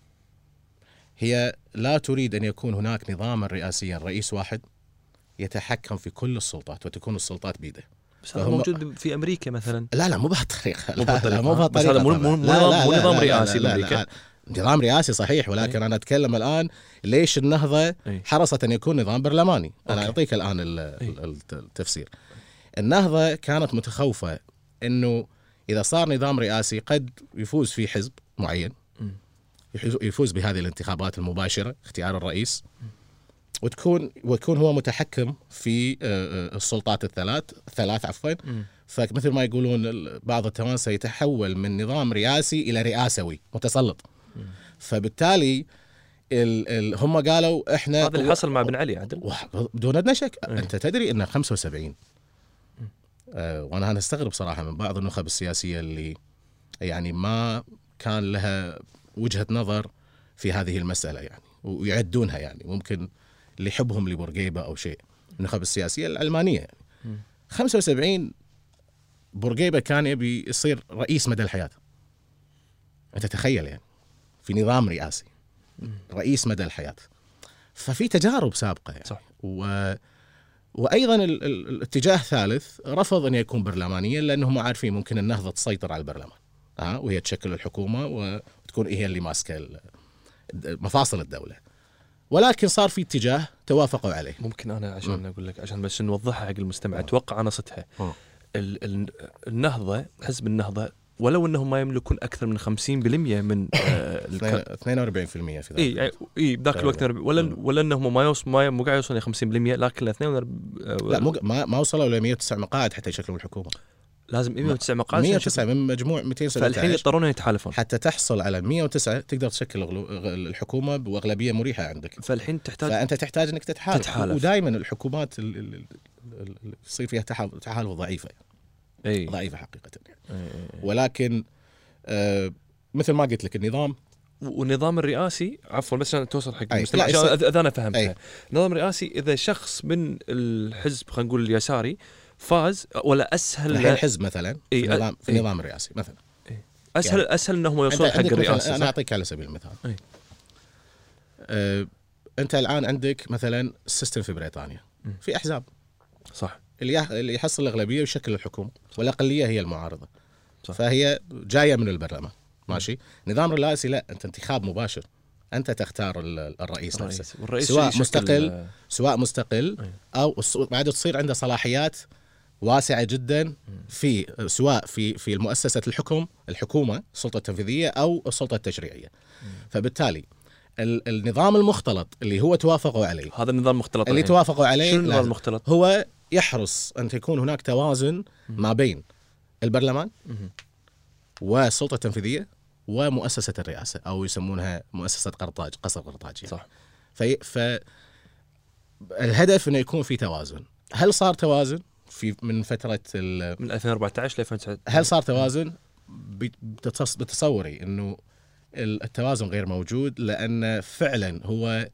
هي لا تريد ان يكون هناك نظاما رئاسيا رئيس واحد يتحكم في كل السلطات وتكون السلطات بيده. بس هذا موجود في امريكا مثلا. لا مو بهالطريقه. مو بهالطريقه. مو نظام رئاسي لا بامريكا. نظام رئاسي صحيح، ولكن أنا أتكلم الآن ليش النهضة حرصت أن يكون نظام برلماني. أنا أعطيك الآن التفسير. النهضة كانت متخوفة أنه إذا صار نظام رئاسي قد يفوز فيه حزب معين، يفوز بهذه الانتخابات المباشرة اختيار الرئيس، وتكون هو متحكم في السلطات الثلاث عفوا. فمثل ما يقولون بعض التوانسة يتحول من نظام رئاسي إلى رئاسوي متسلط. فبالتالي هم قالوا احنا هذا اللي حصل مع بن علي عدل بدون ادنى شك. انت تدري ان 75 وانا استغرب صراحه من بعض النخب السياسيه اللي يعني ما كان لها وجهه نظر في هذه المساله يعني، ويعدونها يعني ممكن اللي يحبهم لبورقيبه او شيء. النخب السياسيه العلمانيه يعني 75 بورقيبه كان يبي يصير رئيس مدى الحياه. انت تخيل يعني في نظام رئاسي رئيس مدى الحياة. ففي تجارب سابقة يعني. صح. وأيضا الاتجاه الثالث رفض أن يكون برلمانيا لأنهم عارفين ممكن النهضة تسيطر على البرلمان وهي تشكل الحكومة وتكون هي اللي ماسكة مفاصل الدولة. ولكن صار في اتجاه توافقوا عليه. ممكن أنا عشان أقول لك عشان بس نوضحها حق المستمع أتوقع عناصتها. النهضة حزب النهضة ولو انهم ما يملكون اكثر من 50% من 42% في ذاك اي بذاك الوقت ولا انهم مو قاعد يوصلون 50%، لكن 42 لا ما وصلوا ل 109 مقاعد حتى يشكلوا الحكومه. لازم 109 مقاعد 109 من مجموع 217. فالحين يضطرون يتحالفون حتى تحصل على 109 تقدر تشكل الحكومه باغلبيه مريحه عندك. فالحين فانت تحتاج انك تتحالف. ودائما الحكومات يصير فيها تحالف ضعيفه يعني. ضعيفه حقيقه يعني. ولكن مثل ما قلت لك النظام والنظام الرئاسي عفوا بس عشان توصل حق المستمع اذا انا فهمتها. النظام الرئاسي اذا شخص من الحزب خلينا نقول اليساري فاز ولا اسهل الحزب مثلا في النظام الرئاسي مثلا اسهل يعني اسهل انهم يوصلون حق الرئاسه. انا اعطيك على سبيل المثال انت الان عندك مثلا السيستم في بريطانيا في احزاب صح اللي يحصل الاغلبيه ويشكل الحكومه والاقليه هي المعارضه صح. فهي جايه من البرلمان ماشي. نظام الرئاسي لا، انت انتخاب مباشر، انت تختار الرئيس نفسه سواء مستقل او بعد تصير عنده صلاحيات واسعه جدا سواء في المؤسسه الحكومه السلطه التنفيذيه او السلطه التشريعيه. فبالتالي النظام المختلط اللي هو توافقوا عليه، هذا النظام المختلط اللي توافقوا عليه، شنو النظام المختلط؟ هو يحرص أن يكون هناك توازن ما بين البرلمان والسلطة التنفيذية ومؤسسة الرئاسة أو يسمونها مؤسسة قصر قرطاج صح. فالهدف أنه يكون في توازن. هل صار توازن من فترة من 2014 ل 2019؟ هل صار توازن؟ بتصوري أنه التوازن غير موجود، لأن فعلا هو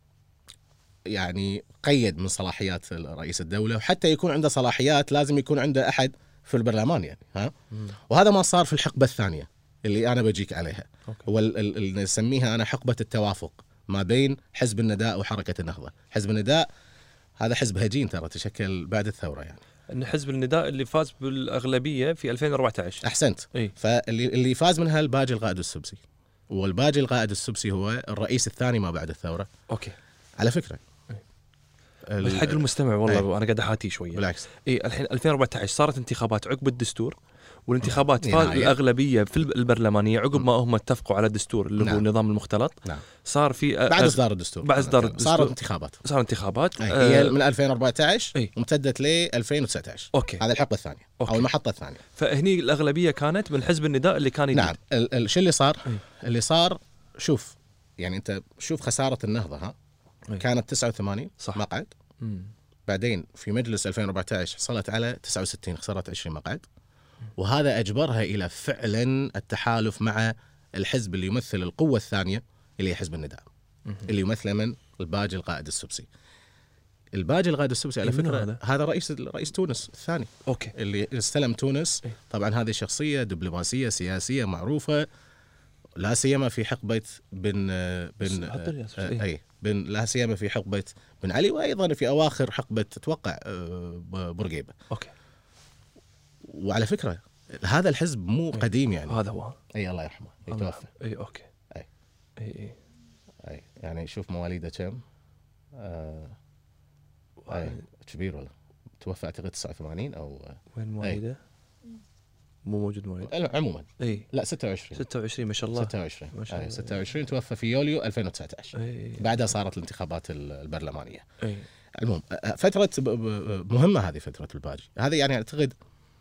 يعني قيد من صلاحيات رئيس الدولة، وحتى يكون عنده صلاحيات لازم يكون عنده أحد في البرلمان يعني وهذا ما صار في الحقبة الثانية اللي أنا بجيك عليها. هو اللي نسميها أنا حقبة التوافق ما بين حزب النداء وحركة النهضة. حزب النداء هذا حزب هجين ترى تشكل بعد الثورة يعني. ان حزب النداء اللي فاز بالاغلبيه في 2014. احسنت. فاللي فاز منها الباجي القائد السبسي، والباجي القائد السبسي هو الرئيس الثاني ما بعد الثورة. اوكي. على فكرة بس حق المستمع والله انا قاعد احاتي شويه. بالعكس الحين 2014 صارت انتخابات عقب الدستور، والانتخابات فاز الاغلبيه في البرلمانيه عقب ما هم اتفقوا على الدستور اللي هو النظام المختلط. صار في بعد اصدار الدستور صارت انتخابات هي من 2014 امتدت ل 2019. هذا الحقبه الثانيه او المحطه الثانيه. فهني الاغلبيه كانت من حزب النداء اللي كان يديد. نعم. الشيء اللي صار شوف يعني انت شوف خساره النهضه كانت 89 مقعد. بعدين في مجلس 2014 حصلت على 69، خسرت 20 مقعد. وهذا أجبرها إلى فعلا التحالف مع الحزب اللي يمثل القوة الثانية اللي هي حزب النداء اللي يمثله من الباجي القائد السبسي. الباجي القائد السبسي على فكرة هذا رئيس تونس الثاني. اللي استلم تونس. طبعا هذه شخصية دبلوماسية سياسية معروفة، لا سيما في حقبة لا سيما في حقبة بن علي، وأيضا في أواخر حقبة تتوقع بورقيبة. وعلى فكرة هذا الحزب مو قديم يعني. هذا هو. الله يرحمه يتوفى. اوكي. اي اي يعني شوف مواليده كم. اي كبير والله. توفى اعتقد 89 او وين مواليده؟ مو موجود مواليد عموما. اي لا 26 ما شاء الله. 26 ما شاء الله. 26 توفى في يوليو 2019. بعدها صارت الانتخابات البرلمانيه. المهم فتره مهمه هذه فتره الباجي. هذه يعني اعتقد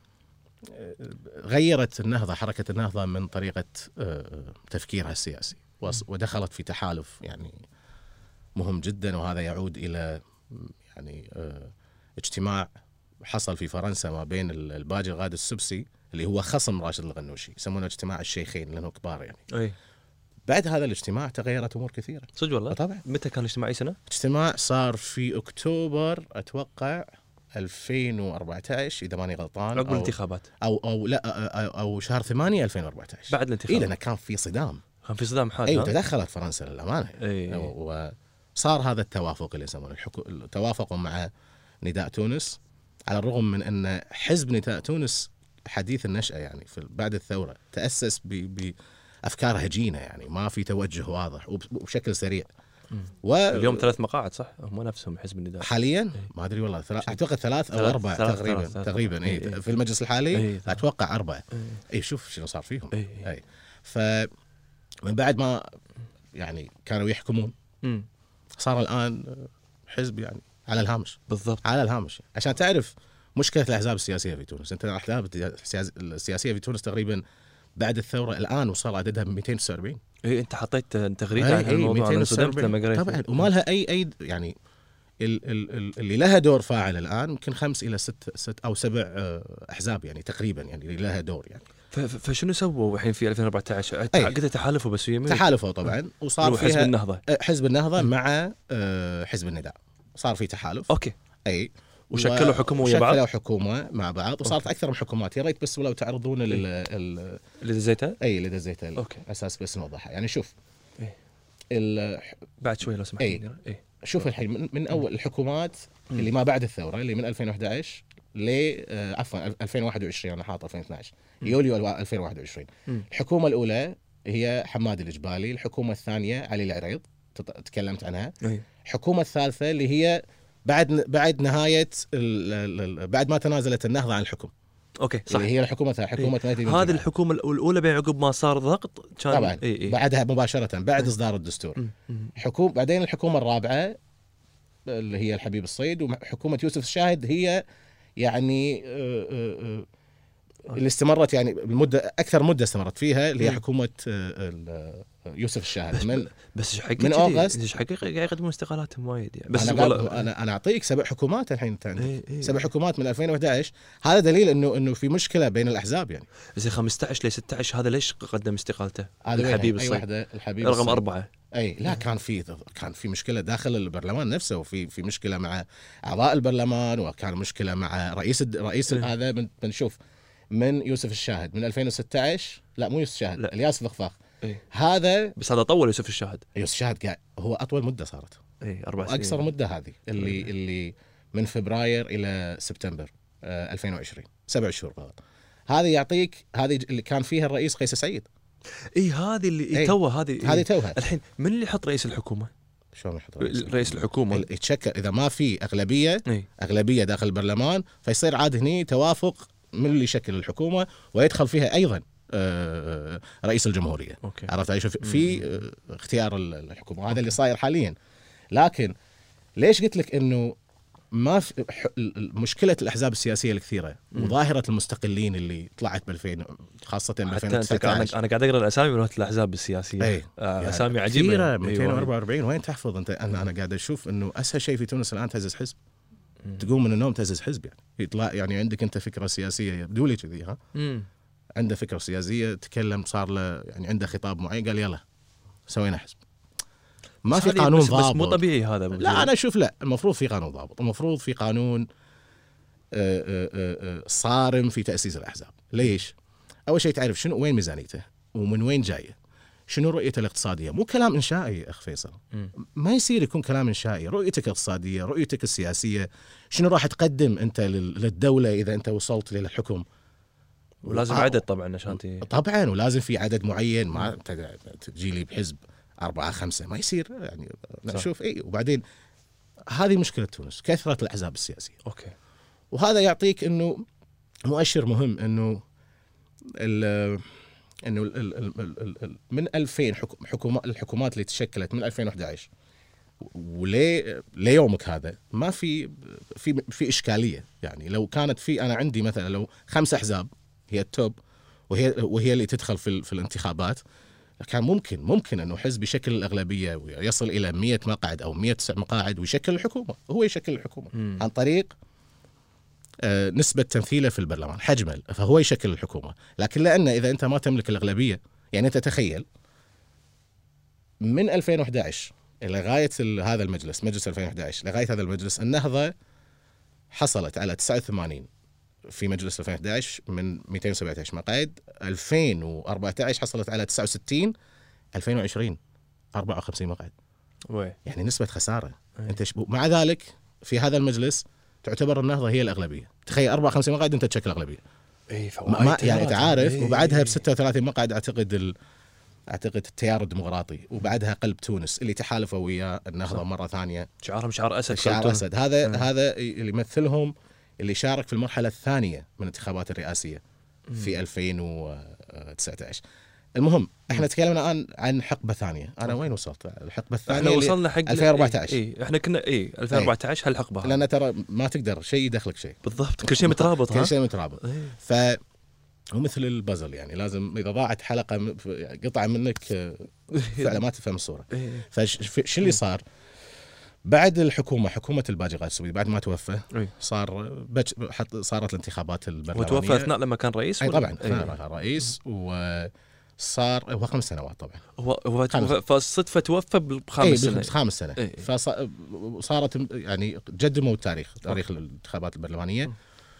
غيرت النهضه، حركه النهضه من طريقه تفكيرها السياسي، ودخلت في تحالف يعني مهم جدا. وهذا يعود الى يعني اجتماع حصل في فرنسا ما بين الباجي الغادي السبسي اللي هو خصم راشد الغنوشي، يسمونه اجتماع الشيخين لانه كبار يعني. بعد هذا الاجتماع تغيرت امور كثيره. صدق والله؟ طبعا. متى كان الاجتماع؟ اي سنه؟ اجتماع صار في اكتوبر اتوقع 2014 اذا ماني غلطان، عقب الانتخابات او لا او شهر 8 2014 بعد الانتخابات. لأنه كان في صدام. كان في صدام حاد. ايوه تدخلت فرنسا للامانه. وصار هذا التوافق اللي يسمونه توافقوا مع نداء تونس، على الرغم من ان حزب نداء تونس حديث النشأة يعني بعد الثورة تأسس بأفكار هجينة، يعني ما في توجه واضح وبشكل سريع. اليوم 3 مقاعد صح؟ هم نفسهم حزب النداء حاليا ما أدري والله، اعتقد 3 أو 4 تقريبا اي في المجلس الحالي اتوقع 4. اي شوف شنو صار فيهم. اي فمن بعد ما يعني كانوا يحكمون صار الآن حزب يعني على الهامش. بالضبط على الهامش. عشان تعرف مشكلة الأحزاب السياسية في تونس، أنت الأحزاب السياسية في تونس تقريبا بعد الثورة الآن وصل عددها 249. إيه أنت حطيت تغريدة عن الموضوع، أنا صدمت لما قريت. طبعا وما لها أي يعني اللي لها دور فاعل الآن يمكن 5 إلى 6 أو 7 أحزاب يعني تقريبا، يعني اللي لها دور يعني. فشنو سووا الحين في 2014؟ قلت تحالفوا بس يمين. تحالفوا طبعا، وصار فيها حزب النهضة. حزب النهضة مع حزب النداء، صار في تحالف. أوكي. أي وشكلوا حكومة ويا بعض. شكلوا حكومة مع بعض وصارت أكثر من حكومات. يا ريت بس ولو تعرضون اللي دزيتها. اللي دزيتها. أوكي. أساس بس نوضحها يعني. شوف بعد شوي لو سمحت. شوف الحين من أول الحكومات اللي ما بعد الثورة، اللي من 2011 ل عفوا 2021 أنا حاط 2012 يوليو 2021. الحكومة الأولى هي حماد الجبالي، الحكومة الثانية علي العريض تكلمت عنها. الحكومة الثالثة اللي هي بعد نهاية بعد ما تنازلت النهضة عن الحكم. اوكي صح. اللي هي الحكومة حكومة هذه الحكومة الأولى بعقب ما صار ضغط كان طبعا. بعدها مباشرة بعد إصدار الدستور. بعدين الحكومة الرابعة اللي هي الحبيب الصيد، وحكومة يوسف الشاهد هي يعني اللي استمرت يعني المدة أكثر مدة استمرت فيها، اللي هي حكومة يوسف الشاهد بس من أغسطس. ايش حقيقة قاعد يقدمون استقالاتهم وايد يعني. بس أنا أعطيك 7 حكومات الحين أنت عندك 7 حكومات من 2011. هذا دليل إنه في مشكلة بين الأحزاب يعني. زي 15 ل 16 هذا ليش قدم استقالته؟ الحبيب الصيد. الحبيب رقم 4. لا كان في مشكلة داخل البرلمان نفسه، وفي مشكلة مع أعضاء البرلمان، وكان مشكلة مع رئيس هذا. بنشوف من يوسف الشاهد من 2016. لا مو يوسف الشاهد، الياس الفخفاخ. هذا بس هذا طول. يوسف الشاهد قاعد هو أطول مدة صارت. 4 سنين. أكثر مدة هذه اللي من فبراير إلى سبتمبر 2020 7 شهور فقط. هذه يعطيك هذه اللي كان فيها الرئيس قيس سعيد. هذه اللي توها هذه توها. الحين من اللي يحط رئيس الحكومة؟ شلون يحط رئيس الحكومة؟ يتشكل إذا ما في أغلبية داخل البرلمان، فيصير عاد هني توافق من اللي يشكل الحكومة، ويدخل فيها أيضا رئيس الجمهورية. عرفت علي؟ في اختيار الحكومة. هذا اللي صاير حاليا. لكن ليش قلت لك إنه ما في مشكلة الأحزاب السياسية الكثيرة وظاهرة المستقلين اللي طلعت خاصة ب 2019. أنا قاعد أقرأ الأسامي من الأحزاب السياسية. أسامي عجيبة 244. وين تحفظ أنت؟ أنا قاعد أشوف إنه أسهل شيء في تونس الآن تهزز حزب. تقوم من النوم تهزز حزب يعني. يطلع يعني عندك أنت فكرة سياسية يبدو لي كذي عنده فكرة سياسية، تكلم صار له يعني عنده خطاب معين، قال يلا سوينا حزب. ما في قانون ضابط. بس مو طبيعي هذا. لا أنا أشوف لا، المفروض في قانون ضابط، المفروض في قانون صارم في تأسيس الأحزاب. ليش؟ أول شيء تعرف شنو وين ميزانيته ومن وين جاية، شنو رؤيته الاقتصادية. مو كلام إنشائي أخ فيصل. ما يصير يكون كلام إنشائي. رؤيتك الاقتصادية، رؤيتك السياسية، شنو راح تقدم أنت للدولة إذا أنت وصلت للحكم. ولازم عدد طبعا عشان طبعا ولازم في عدد معين. ما تجي لي بحزب 4 5 ما يصير يعني نشوف وبعدين هذه مشكلة تونس، كثرة الأحزاب السياسية. اوكي. وهذا يعطيك انه مؤشر مهم انه من 2000 الحكومات اللي تشكلت من 2011 ليومك هذا ما في اشكاليه. يعني لو كانت انا عندي مثلا لو 5 احزاب هي التوب وهي اللي تدخل في الانتخابات، كان ممكن انه حزب يشكل الاغلبيه ويصل الى 100 مقعد او 109 مقاعد ويشكل الحكومه، هو يشكل الحكومه عن طريق نسبة تمثيله في البرلمان، حجمه، فهو يشكل الحكومة. لكن لأن إذا أنت ما تملك الأغلبية، يعني أنت تخيل من 2011 لغاية هذا المجلس، مجلس 2011 لغاية هذا المجلس، النهضة حصلت على 89 في مجلس 2011 من 217 مقعد، 2014 حصلت على 69، 2020 54 مقعد. يعني نسبة خسارة. أنت مع ذلك في هذا المجلس تعتبر النهضة هي الأغلبية. تخيل 54 مقعد أنت تشكل أغلبية. يعني تعرف. وبعدها ب 36 مقعد أعتقد التيار الديمقراطي، وبعدها قلب تونس اللي تحالفوا ويا النهضة مرة ثانية. شعارهم شعار أسد. شعار أسد. هذا اللي يمثلهم، اللي شارك في المرحلة الثانية من الانتخابات الرئاسية في 2019. المهم احنا تكلمنا الان عن حقبه ثانيه. انا وين وصلت؟ الحقبه الثانيه احنا وصلنا حق 2014. احنا كنا 2014 هالحقبه. لان ترى ما تقدر شيء يدخلك شيء بالضبط، كل شيء مترابط. كل شيء مترابط. هو مثل البازل، يعني لازم اذا ضاعت حلقه قطعه منك فعلا ما تفهم الصوره. فش اللي صار بعد حكومه الباجي السويدي بعد ما توفى؟ صارت الانتخابات البرلمانيه. وتوفى اثناء لما كان رئيس؟ طبعا كان رئيس، وصار هو 5 سنوات طبعا. هو فالصدفه توفى ب5 سنه. فصارت يعني قدموا تاريخ الانتخابات البرلمانيه.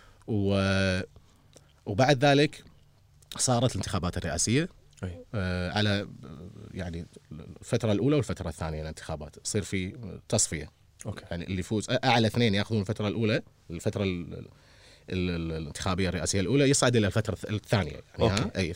وبعد ذلك صارت الانتخابات الرئاسيه على يعني الفتره الاولى والفتره الثانيه الانتخابات يصير في تصفيه. يعني اللي يفوز اعلى 2 ياخذون الفتره الاولى، الفتره الانتخابيه الرئاسيه الاولى، يصعد الى الفتره الثانيه يعني.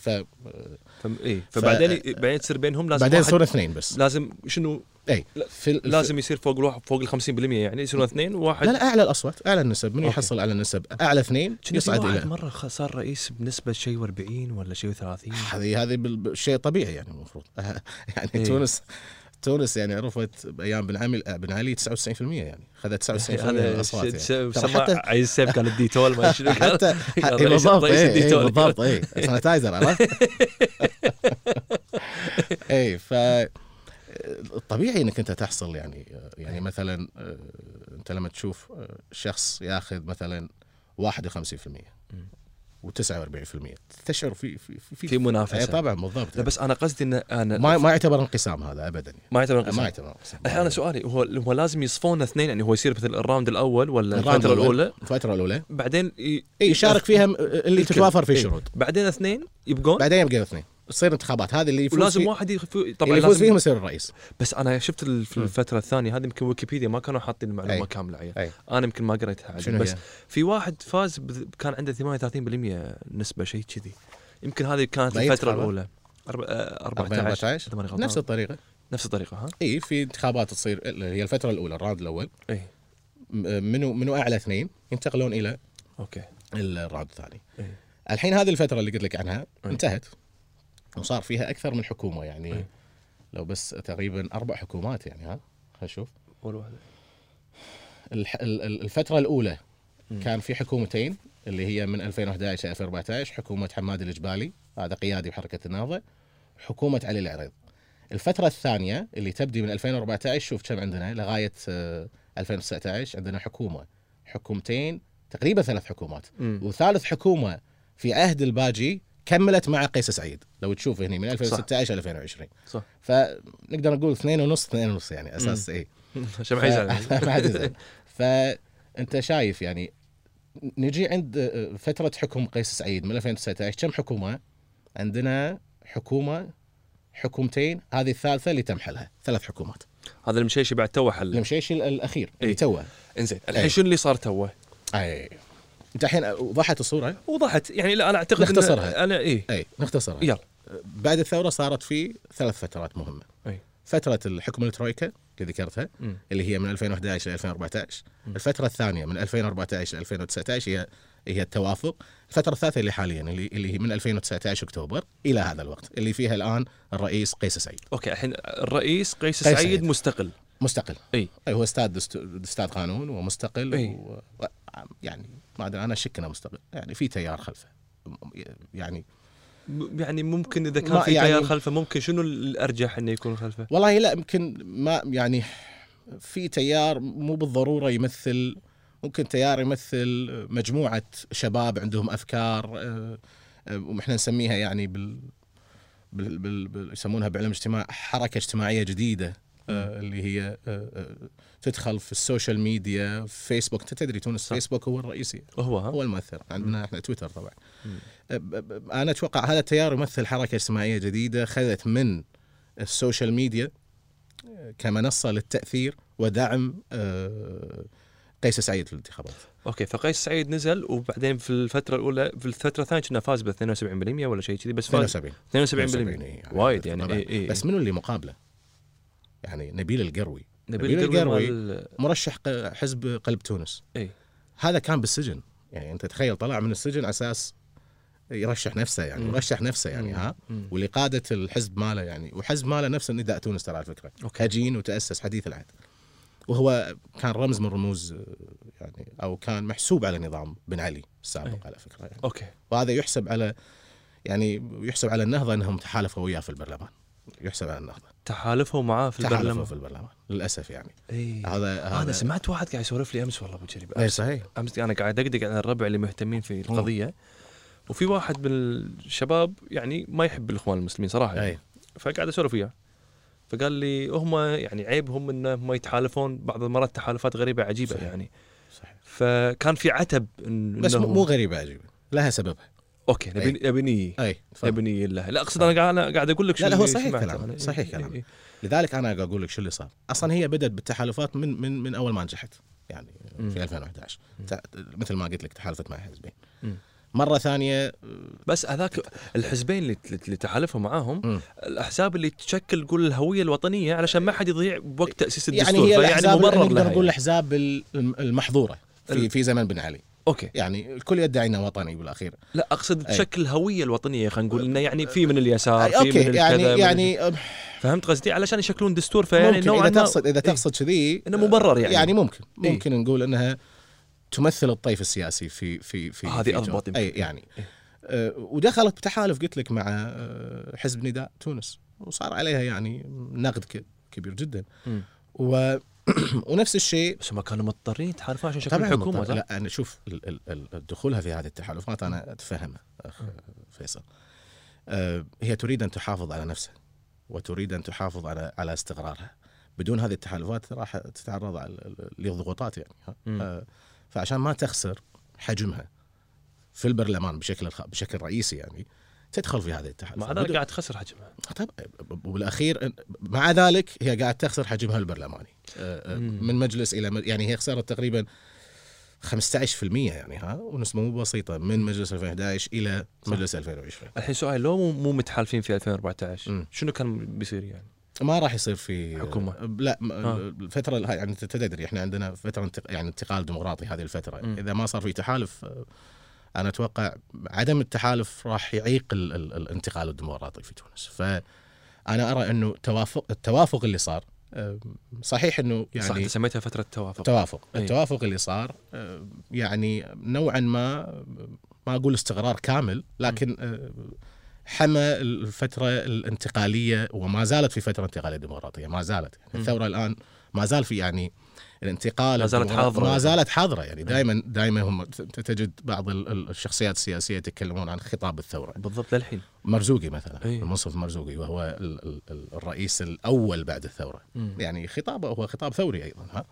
فبعدين تصير بينهم لازم بعدين يصير 2 بس. لازم شنو لازم يصير فوق ال 50% يعني يصيرون 2 1. لا اعلى الاصوات، اعلى النسب، من يحصل على النسب اعلى 2 يصعد الى. مره صار رئيس بنسبه شيء 40 ولا شيء 30. هذه شيء طبيعي يعني المفروض. يعني تونس يعني عرفت بايام بن علي 99%، يعني خذت 99% من الاصوات. يعني عايز سيف كان الديتول ما شنو كان. بالضبط سانيتايزر عرفت. الطبيعي انك انت تحصل يعني مثلا انت لما تشوف شخص ياخذ مثلا 51% و49%، تشعر في منافسه. طبعا بالضبط. لا بس انا قصدي ان انا ما يعتبر انقسام هذا ابدا. ما يعتبر انقسام. انا سؤالي هو لازم يصفون 2 يعني هو يصير مثل الراوند الاول ولا الفتره الاولى بعدين يشارك فيها اللي تتوافر فيه الشروط، بعدين 2 يبقون، بعدين يبقى 2 تصير انتخابات. هذه اللي يفوز ولازم واحد طبعا اللي يفوز فيهم يصير الرئيس. بس انا شفت في الفتره الثانيه هذه يمكن ويكيبيديا ما كانوا حاطين المعلومه كامله انا يمكن ما قريتها بس في واحد فاز كان عنده 38% نسبه شيء كذي. يمكن هذه كانت الفتره الاولى 14 نفس الطريقه ها في انتخابات تصير هي الفتره الاولى الراوند الاول منو اعلى 2 ينتقلون الى الراوند الثاني. الحين هذه الفتره اللي قلت لك عنها انتهت وصار فيها أكثر من حكومة، يعني لو بس تقريبا 4 حكومات يعني. خلينا نشوف. الفترة الأولى كان في حكومتين اللي هي من 2011 إلى 2014، حكومة حماد الجبالي هذا قيادي بحركة النهضة، حكومة علي العريض. الفترة الثانية اللي تبدي من 2014 شوف كم عندنا لغاية 2019 عندنا حكومتين تقريبا 3 حكومات. وثالث حكومة في عهد الباجي كملت مع قيس سعيد لو تشوف هنا من 2016 إلى 2020. صح. فنقدر نقول 2.5 يعني أساس عشان ما يزعل. فأنت شايف يعني نجي عند فترة حكم قيس سعيد من 2019 كم حكومة عندنا؟ حكومتين، هذه الثالثة اللي تم حلها، 3 حكومات. هذا المشيشي بعد توه حل. المشيشي الأخير اللي توه. إنزين الحين شنو اللي صار توه؟ انت الحين وضحت الصوره؟ وضحت يعني. لا انا اعتقد نختصرها. انا نختصرها. يلا. بعد الثوره صارت في 3 فترات مهمه. فتره الحكم الترويكا اللي ذكرتها اللي هي من 2011 ل 2014. الفتره الثانيه من 2014 ل 2019 هي التوافق. الفتره الثالثه اللي حاليا اللي هي من 2019 اكتوبر الى هذا الوقت اللي فيها الان الرئيس قيس سعيد. اوكي، الحين الرئيس قيس سعيد مستقل. اي هو استاذ قانون ومستقل يعني ما ادري، انا اشك انه مستقل، يعني في تيار خلفه، يعني ممكن اذا كان في تيار خلفه ممكن شنو الارجح انه يكون خلفه؟ والله لا، يمكن ما يعني في تيار مو بالضروره يمثل، ممكن تيار يمثل مجموعه شباب عندهم افكار واحنا نسميها يعني يسمونها بعلم الاجتماع حركه اجتماعيه جديده اللي هي تدخل في السوشيال ميديا، فيسبوك. انت تدري تونس فيسبوك هو الرئيسي، هو المؤثر. عندنا احنا تويتر طبعا. انا اتوقع هذا التيار يمثل حركه اجتماعيه جديده خذت من السوشيال ميديا كمنصه للتاثير ودعم قيس سعيد في الانتخابات. اوكي، فقيس سعيد نزل، وبعدين في الفتره الاولى، في الفتره الثانيه كنا فاز ب 72% ولا شيء كذي، بس فاز 72% وايد يعني. بس منو اللي مقابله؟ يعني نبيل القروي مرشح حزب قلب تونس. هذا كان بالسجن، يعني انت تخيل طلع من السجن على اساس يرشح نفسه، يعني يرشح نفسه يعني واللي قادة الحزب ماله يعني، وحزب ماله نفس نداء تونس ترى على فكره، هجين وتاسس حديث العهد، وهو كان رمز من رموز يعني، او كان محسوب على نظام بن علي السابق على فكره يعني. وهذا يحسب على النهضه انهم تحالفوا وياه في البرلمان، يحسب على النهضه تحالفوا معاه في البرلمان للاسف يعني. هذا انا سمعت واحد قاعد يسولف لي امس، والله ابو جريب. اي صحيح، امس انا قاعد ادقدق على الربع اللي مهتمين في القضيه، وفي واحد من الشباب يعني ما يحب الاخوان المسلمين صراحه يعني. فقاعد اسولف وياه، فقال لي هم يعني عيبهم انهم يتحالفون بعض المرات تحالفات غريبه عجيبه. صحيح. يعني صحيح. فكان في عتب بس مو غريبه عجيبه، لها سببها. اوكي، نبني لها. لا اقصد انا قاعد اقول لك شو. لا هو صحيح كلام، صحيح كلام. لذلك انا اقول لك شو اللي صار. اصلا هي بدأت بالتحالفات من اول ما نجحت يعني في 2011 مثل ما قلت لك تحالفت مع حزبين. مرة ثانية، بس هذاك الحزبين اللي تحالفوا معاهم الأحزاب اللي تشكل قول الهوية الوطنية علشان ما حد يضيع بوقت تأسيس الدستور. يعني هي يعني مبرر لها، نقول الأحزاب المحظورة في زمن بن علي. اوكي، يعني الكل يدعي انه وطني بالاخير. لا اقصد تشكل الهويه الوطنيه، خلينا نقول انه يعني في من اليسار، في أوكي. من يعني فهمت قصدي، علشان يشكلون دستور. فيعني نوعا ما اذا تقصد كذي انه مبرر يعني ممكن نقول انها تمثل الطيف السياسي في هذه اضبط يعني ودخلت بتحالف قلت لك مع حزب نداء تونس، وصار عليها يعني نقد كبير جدا. ونفس الشيء، بس ما كانوا مضطرين يتحالفون عشان شكل الحكومه. لا انا شوف دخولها في هذه التحالفات انا اتفهمها اخ فيصل. هي تريد ان تحافظ على نفسها وتريد ان تحافظ على استقرارها. بدون هذه التحالفات راح تتعرض لضغوطات يعني. فعشان ما تخسر حجمها في البرلمان بشكل رئيسي يعني تدخل في هذه التحالفات. مع ذلك قاعد تخسر حجمها. طب وبالاخير مع ذلك هي قاعد تخسر حجمها البرلماني من مجلس الى يعني هي خسرت تقريبا 15% يعني ونسبة مو بسيطة من مجلس 2011 الى مجلس 2020. الحين سؤال، لو مو متحالفين في 2014 شنو كان بيصير يعني؟ ما راح يصير في حكومة. لا الفترة يعني تدري احنا عندنا فترة يعني انتقال ديمقراطي هذه الفترة. اذا ما صار في تحالف أنا أتوقع عدم التحالف راح يعيق الانتقال الديمقراطي في تونس. فأنا أرى أنه التوافق اللي صار صحيح أنه يعني صح، سميتها فترة توافق. التوافق اللي صار يعني نوعا ما أقول استقرار كامل، لكن حمى الفترة الانتقالية وما زالت في فترة انتقالية ديمقراطية. ما زالت يعني الثورة الآن ما زال في يعني الانتقال ما زالت حاضرة يعني. دائما هم تجد بعض الشخصيات السياسية يتكلمون عن خطاب الثورة. بالضبط. للحين مرزوقي مثلا المنصف المرزوقي وهو الرئيس الأول بعد الثورة يعني خطابه هو خطاب ثوري أيضا.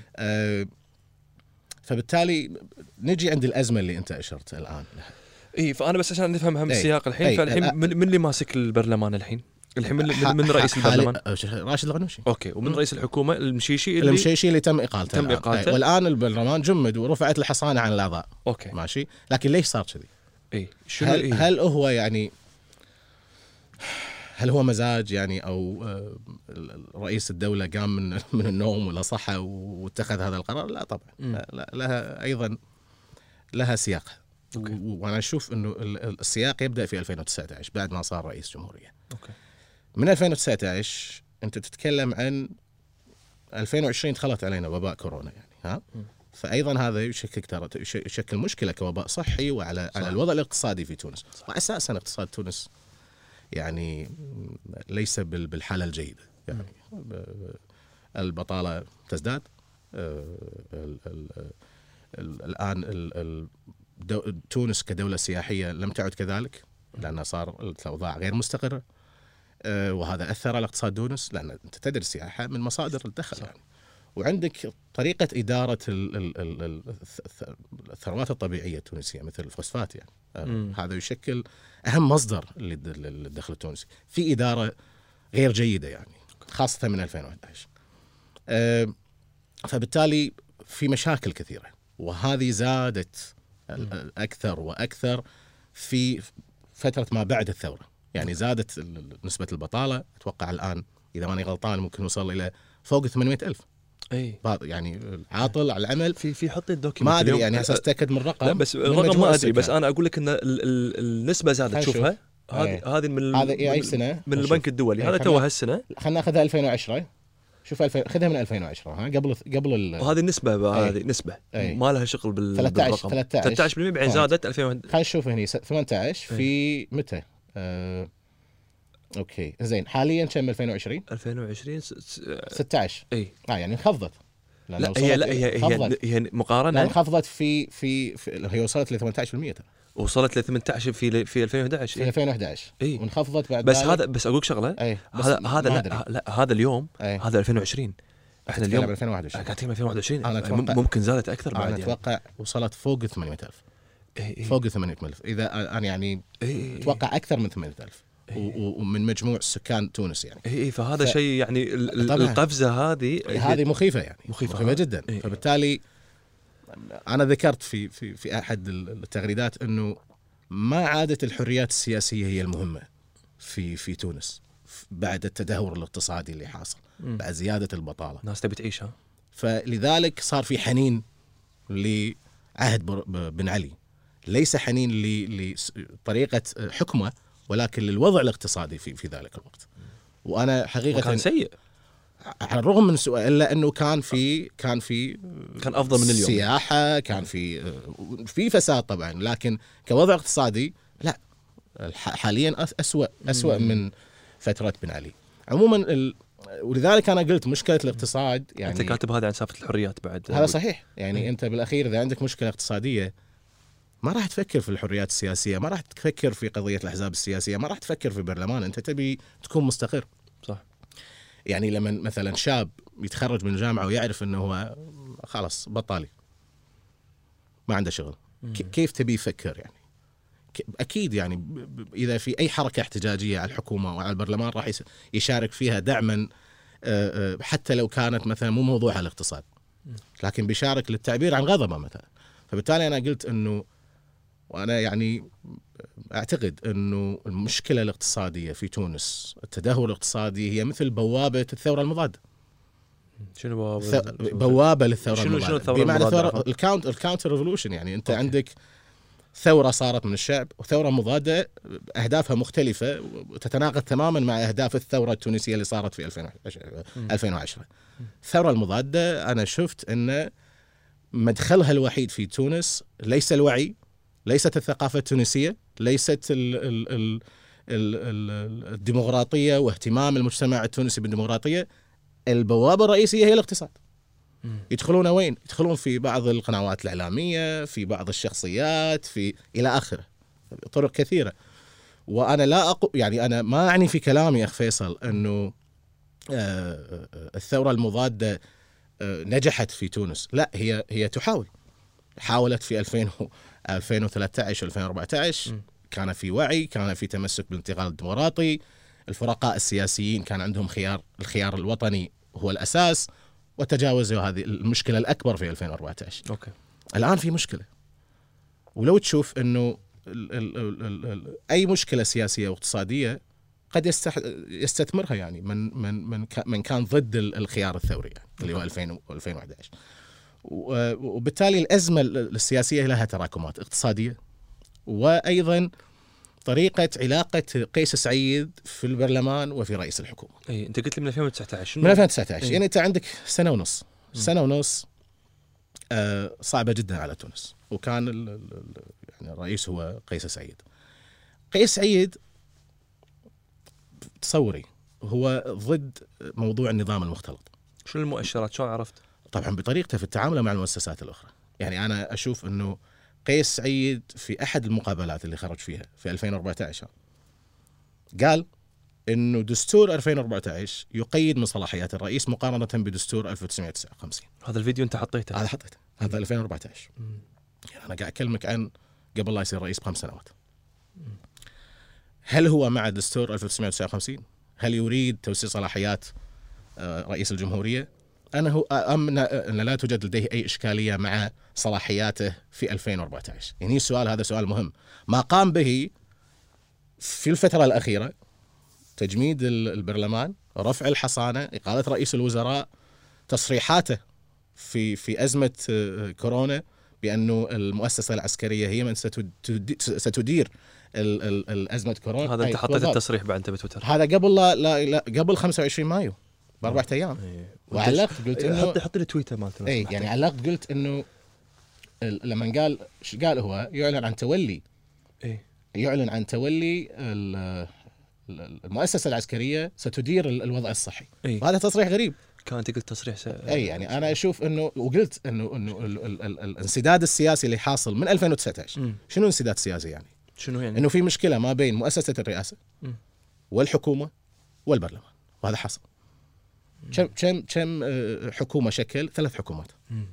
فبالتالي نجي عند الأزمة اللي أنت أشرت الآن لها. فأنا بس عشان نفهم هم السياق الحين. فالحين من اللي ماسك البرلمان الحين من رئيس البرلمان؟ راشد الغنوشي. اوكي. ومن رئيس الحكومه المشيشي اللي تم اقالته. والان البرلمان جمد ورفعت الحصانه عن الاعضاء. اوكي ماشي. لكن ليش صار كذي؟ هل هو يعني هل هو مزاج يعني او رئيس الدولة قام من النوم ولا صحى واتخذ هذا القرار، لا طبعا، لا لها أيضا لها سياقها. وأنا أشوف أنه السياق يبدأ في 2019 بعد ما صار رئيس جمهورية. من 2019 أنت تتكلم عن 2020 دخلت علينا وباء كورونا يعني ها. فأيضا هذا يشكل مشكلة كوباء صحي وعلى الوضع الاقتصادي في تونس. وأساسا اقتصاد تونس يعني ليس بالحالة الجيدة، يعني البطالة تزداد. الآن تونس كدولة سياحية لم تعد كذلك، لأن صار الأوضاع غير مستقرة، وهذا أثر على اقتصاد تونس، لأن أنت تدري السياحة من مصادر الدخل يعني. وعندك طريقة إدارة الثروات الطبيعية التونسية مثل الفوسفات يعني هذا يشكل أهم مصدر للدخل التونسي، في إدارة غير جيدة يعني خاصة من 2011. فبالتالي في مشاكل كثيرة، وهذه زادت أكثر وأكثر في فترة ما بعد الثورة. يعني زادت نسبة البطالة، أتوقع الآن إذا ماني غلطان ممكن وصل إلى فوق 800,000. اي يعني عاطل على العمل. في حط الدوكيمنت ما ادري يعني هسه اتاكد من الرقم. لا بس الرقم ما ادري، بس انا اقول لك ان النسبه زادت. شوفها هذه من اي سنه من البنك الدولي. هذا تو هالسنه. خلينا ناخذها 2010. شوف خذها من 2010 ها قبل وهذه النسبه. هذه نسبه ما لها شغل بالرقم. 13% بعدين زادت 2000. خلينا نشوف هنا 18 في متى. اوكي زين حاليا كم 2020 16 اي يعني انخفضت. لا هي مقارنه انخفضت في هي وصلت ل 18%. وصلت ل 18 في 2011 في 2011 اي وانخفضت بعد بس هذا بس اقول لك شغله. هذا لا هذا اليوم هذا 2020. احنا اليوم 2021 قاعدين 2021 ممكن زادت اكثر بعد. انا اتوقع وصلت فوق 800,000 فوق 800,000 اذا انا يعني اتوقع اكثر من 800,000 ومن مجموع سكان تونس يعني. اي فهذا شيء يعني القفزه هذه مخيفه يعني مخيفه جدا. فبالتالي انا ذكرت في احد التغريدات انه ما عادت الحريات السياسيه هي المهمه في تونس بعد التدهور الاقتصادي اللي حاصل، بعد زياده البطاله. الناس تبي تعيشها، فلذلك صار في حنين لعهد بن علي، ليس حنين لطريقه حكمه ولكن للوضع الاقتصادي في ذلك الوقت. وانا حقيقه كان سيء على الرغم من سوء، الا انه كان افضل من اليوم. سياحه، كان في فساد طبعا، لكن كوضع اقتصادي لا، حاليا اسوأ من فتره بن علي عموما. ولذلك انا قلت مشكله الاقتصاد يعني. انت كاتب هذا عن سالفه الحريات بعد. هذا صحيح يعني. انت بالاخير اذا عندك مشكله اقتصاديه ما راح تفكر في الحريات السياسيه، ما راح تفكر في قضيه الاحزاب السياسيه، ما راح تفكر في برلمان. انت تبي تكون مستقر. صح. يعني لما مثلا شاب يتخرج من الجامعه ويعرف انه هو خلاص بطالي ما عنده شغل، كيف تبي يفكر يعني؟ اكيد يعني اذا في اي حركه احتجاجيه على الحكومه وعلى البرلمان راح يشارك فيها دعما، حتى لو كانت مثلا مو موضوعها الاقتصاد، لكن بيشارك للتعبير عن غضبه مثلا. فبالتالي انا قلت انه، وانا يعني اعتقد انه المشكله الاقتصاديه في تونس، التدهور الاقتصادي، هي مثل بوابه الثوره المضاده. شنو بوابه للثوره المضاده؟ بمعنى الكاونتر ريفولوشن. يعني انت عندك ثوره صارت من الشعب وثوره مضاده اهدافها مختلفه وتتناقض تماما مع اهداف الثوره التونسيه اللي صارت في 2010. الثوره المضاده انا شفت ان مدخلها الوحيد في تونس ليس الوعي، ليست الثقافة التونسية، ليست الديمقراطية واهتمام المجتمع التونسي بالديمقراطية. البوابة الرئيسية هي الاقتصاد. يدخلون وين؟ يدخلون في بعض القنوات الإعلامية، في بعض الشخصيات، في إلى آخره، طرق كثيرة. وأنا لا أقول يعني، أنا ما أعني في كلامي أخ فيصل أنه الثورة المضادة نجحت في تونس. لا، هي تحاول. حاولت في 2013 2014 كان في وعي، كان في تمسك بالانتقال الديمقراطي، الفرقاء السياسيين كان عندهم الخيار الوطني هو الأساس، وتجاوزوا هذه المشكلة الأكبر في 2014. أوكي. الآن في مشكلة، ولو تشوف أنه أي مشكلة سياسية واقتصادية قد يستثمرها يعني من كان ضد الخيار الثوري يعني اللي هو 2011. وبالتالي الأزمة السياسية لها تراكمات اقتصادية، وأيضا طريقة علاقة قيس سعيد في البرلمان وفي رئيس الحكومة. أي أنت قلت لي من 2019. من 2019 يعني أنت عندك سنة ونص صعبة جدا على تونس، وكان يعني الرئيس هو قيس سعيد. قيس سعيد تصوري هو ضد موضوع النظام المختلط. شو المؤشرات؟ شو عرفت؟ طبعا بطريقته في التعامل مع المؤسسات الأخرى. يعني أنا أشوف أنه قيس سعيد في أحد المقابلات اللي خرج فيها في 2014 قال أنه دستور 2014 يقيد من صلاحيات الرئيس مقارنة بدستور 1959. هذا الفيديو أنت حطيته؟ هذا حطيته، هذا 2014. يعني أنا قاعد أكلمك عن قبل لا يصير رئيس ب5 سنوات. هل هو مع دستور 1959؟ هل يريد توسيع صلاحيات رئيس الجمهورية؟ أنا أن لا توجد لديه أي إشكالية مع صلاحياته في 2014. يعني السؤال هذا سؤال مهم. ما قام به في الفترة الأخيرة تجميد البرلمان، رفع الحصانة، إقالة رئيس الوزراء، تصريحاته في أزمة كورونا بأنه المؤسسة العسكرية هي من ستدير الأزمة كورونا. هذا أنت حطيت التصريح بعد بتويتر؟ هذا قبل لا قبل 25 مايو ب4 أيام. وعلقت قلت إنه حط لي تويتر مالته. يعني علقت قلت إنه لما قال هو يعلن عن تولي يعلن عن تولي المؤسسة العسكرية ستدير الوضع الصحي. وهذا تصريح غريب. كانت قلت تصريح يعني أنا أشوف إنه وقلت إنه الانسداد السياسي اللي حاصل من 2019. شنو الانسداد السياسي يعني؟ شنو يعني؟ إنه في مشكلة ما بين مؤسسة الرئاسة والحكومة والبرلمان، وهذا حصل. كم حكومة شكل 3 حكومات.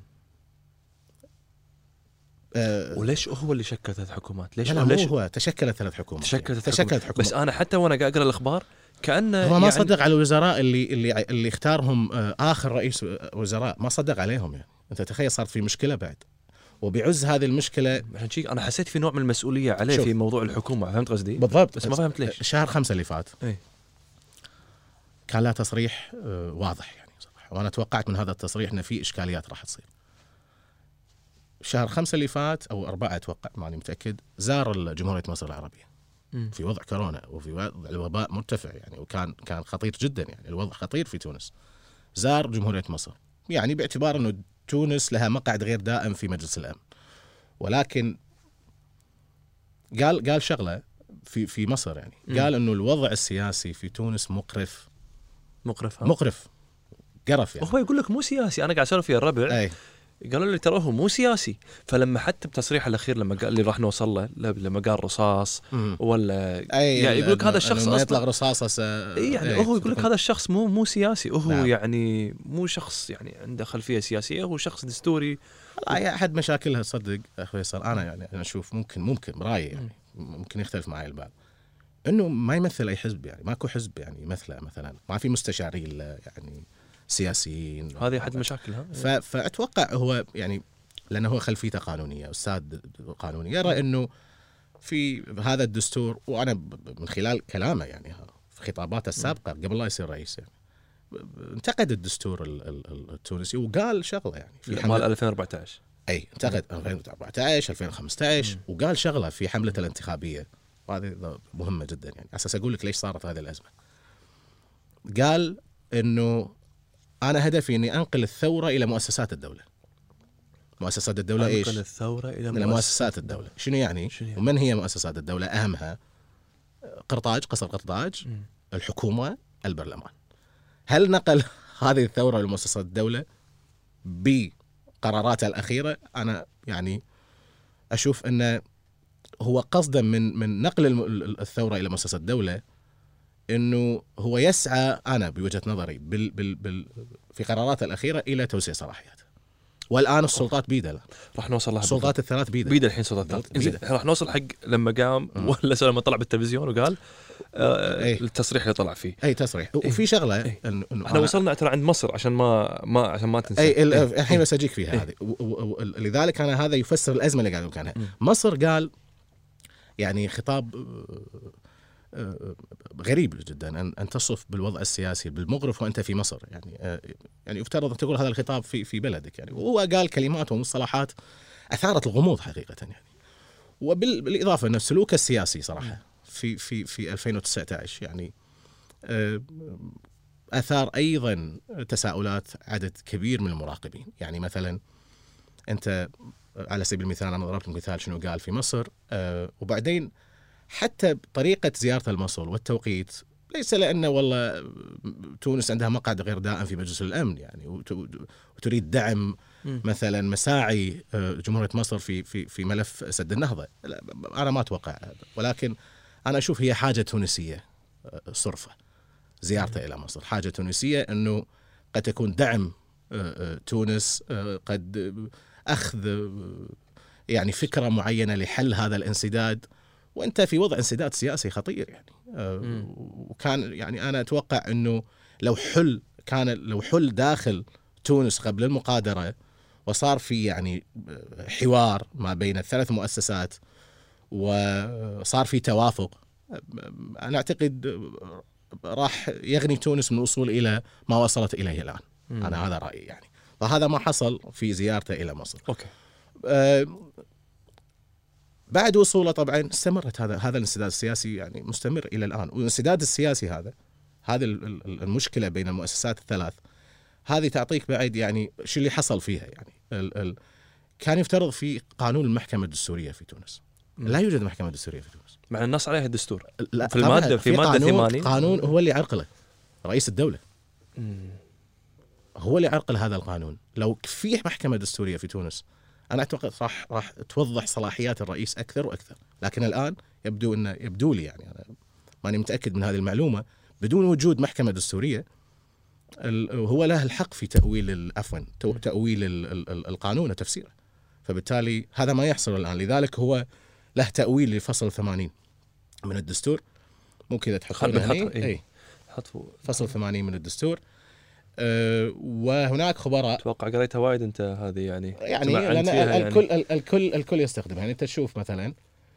وليش هو اللي شكل 3 حكومات؟ ليش هو تشكلت 3 حكومات. تشكلت حكومات. بس أنا حتى وأنا قاعد أقرأ الأخبار كأنه هو ما صدق على الوزراء اللي اختارهم آخر رئيس وزراء، ما صدق عليهم. يعني أنت تخيل صارت في مشكلة بعد، وبعز هذه المشكلة عشان شيء أنا حسيت في نوع من المسؤولية عليه في موضوع الحكومة. فهمت قصدي؟ بالضبط. بس ما فهمت ليش. شهر 5 اللي فات كان له تصريح واضح يعني صراحة، وأنا توقعت من هذا التصريح إن في إشكاليات راح تصير. شهر 5 اللي فات أو 4 أتوقع، ماني متأكد، زار جمهورية مصر العربية في وضع كورونا وفي وضع الوباء مرتفع يعني، وكان خطير جدا يعني، الوضع خطير في تونس. زار جمهورية مصر يعني باعتبار أنه تونس لها مقعد غير دائم في مجلس الأمن، ولكن قال شغلة في مصر يعني. قال أنه الوضع السياسي في تونس مقرف قرف يعني. هو يقول لك مو سياسي. أنا قاعد أسولف في الربع قالوا لي ترى هو مو سياسي. فلما حتى بتصريح الأخير لما قال لي راح نوصل له، لما قال رصاص ولا يعني يقول لك هذا الشخص أصلا يطلق رصاصة يعني هو يقول لك هذا الشخص مو سياسي. هو يعني مو شخص يعني عنده خلفية سياسية، هو شخص دستوري. أحد مشاكلها صدق أخي فيصل، أنا يعني أنا أشوف ممكن برأيي يعني ممكن يختلف معي البعض، إنه ما يمثل أي حزب يعني، ماكو حزب يعني مثله، مثلا ما في مستشارين يعني سياسيين. هذه أحد مشاكلها. فأتوقع هو يعني لأنه هو خلفيته قانونية، أستاذ قانوني، يرى أنه في هذا الدستور، وأنا من خلال كلامه يعني في خطاباته السابقة قبل لا يصير رئيس يعني انتقد الدستور التونسي وقال شغلة يعني في مال 2014. انتقد 2014 2015 وقال شغلة في حملة الانتخابية، وهذه مهمة جدا يعني أساس أقول لك ليش صارت هذه الأزمة. قال إنه أنا هدفي إني أنقل الثورة إلى مؤسسات الدولة. مؤسسات الدولة إيش؟ أنقل الثورة إلى مؤسسات الدولة. شنو يعني؟ ومن هي مؤسسات الدولة؟ أهمها قصر قرطاج، الحكومة، البرلمان. هل نقل هذه الثورة لمؤسسات الدولة بقراراتها الأخيرة؟ أنا يعني أشوف أنه هو قصدا من نقل الثورة إلى مؤسسات الدولة إنه هو يسعى، أنا بوجهة نظري في قراراته الأخيرة إلى توسيع صلاحياته. والآن السلطات بيده، راح نوصل لها. السلطات الثلاث بيده الحين سلطات الثلاث. راح نوصل حق لما قام ولا لما طلع بالتلفزيون وقال التصريح اللي طلع فيه. تصريح. وفي شغلة إنه احنا وصلنا ترى عند مصر عشان ما تنسى. الحين بس أجيك فيها هذه. لذلك أنا هذا يفسر الأزمة اللي قاعد كانها. مصر قال يعني خطاب غريب جدا أن تصف بالوضع السياسي بالمغرف وأنت في مصر. يعني يفترض أن تقول هذا الخطاب في بلدك يعني. وهو قال كلمات ومصطلحات أثارت الغموض حقيقة يعني. وبالإضافة أن سلوكه السياسي صراحة في 2019 يعني أثار أيضا تساؤلات عدد كبير من المراقبين. يعني مثلا أنت على سبيل المثال أنا ضربت مثال شنو قال في مصر، وبعدين حتى طريقة زيارة المصل والتوقيت ليس لأنه والله تونس عندها مقعد غير دائم في مجلس الأمن يعني وتريد دعم مثلا مساعي جمهورية مصر في ملف سد النهضة. أنا ما أتوقع هذا، ولكن أنا أشوف هي حاجة تونسية صرفة زيارته إلى مصر، حاجة تونسية أنه قد تكون دعم تونس، قد أخذ يعني فكرة معينة لحل هذا الانسداد، وأنت في وضع انسداد سياسي خطير يعني. وكان يعني أنا أتوقع أنه لو حل داخل تونس قبل المقادرة وصار في يعني حوار ما بين الثلاث مؤسسات وصار في توافق، أنا أعتقد راح يغني تونس من الوصول إلى ما وصلت إليه الآن. أنا هذا رأيي يعني. فهذا ما حصل في زيارته إلى مصر. أوكي. بعد وصوله طبعا استمرت هذا الانسداد السياسي يعني مستمر إلى الآن. والانسداد السياسي هذه المشكلة بين المؤسسات الثلاث هذه تعطيك بعد يعني شو اللي حصل فيها يعني. كان يفترض في قانون المحكمة الدستورية في تونس، لا يوجد محكمة دستورية في تونس مع النص عليها الدستور. لا في المادة في مادة 80 قانون هو اللي عرقله رئيس الدولة. هو اللي عرقل هذا القانون. لو في محكمة دستورية في تونس أنا أعتقد راح توضح صلاحيات الرئيس أكثر وأكثر. لكن الآن يبدو لي يعني أنا ماني متأكد من هذه المعلومة، بدون وجود محكمة دستورية هو له الحق في تأويل القانون وتفسيره. فبالتالي هذا ما يحصل الآن، لذلك هو له تأويل لفصل 80 من الدستور. ممكن إذا تحطونه هنا فصل 80 من الدستور. وهناك خبراء اتوقع قريتها وايد انت هذه يعني لأن الكل يستخدمها. يعني انت تشوف مثلا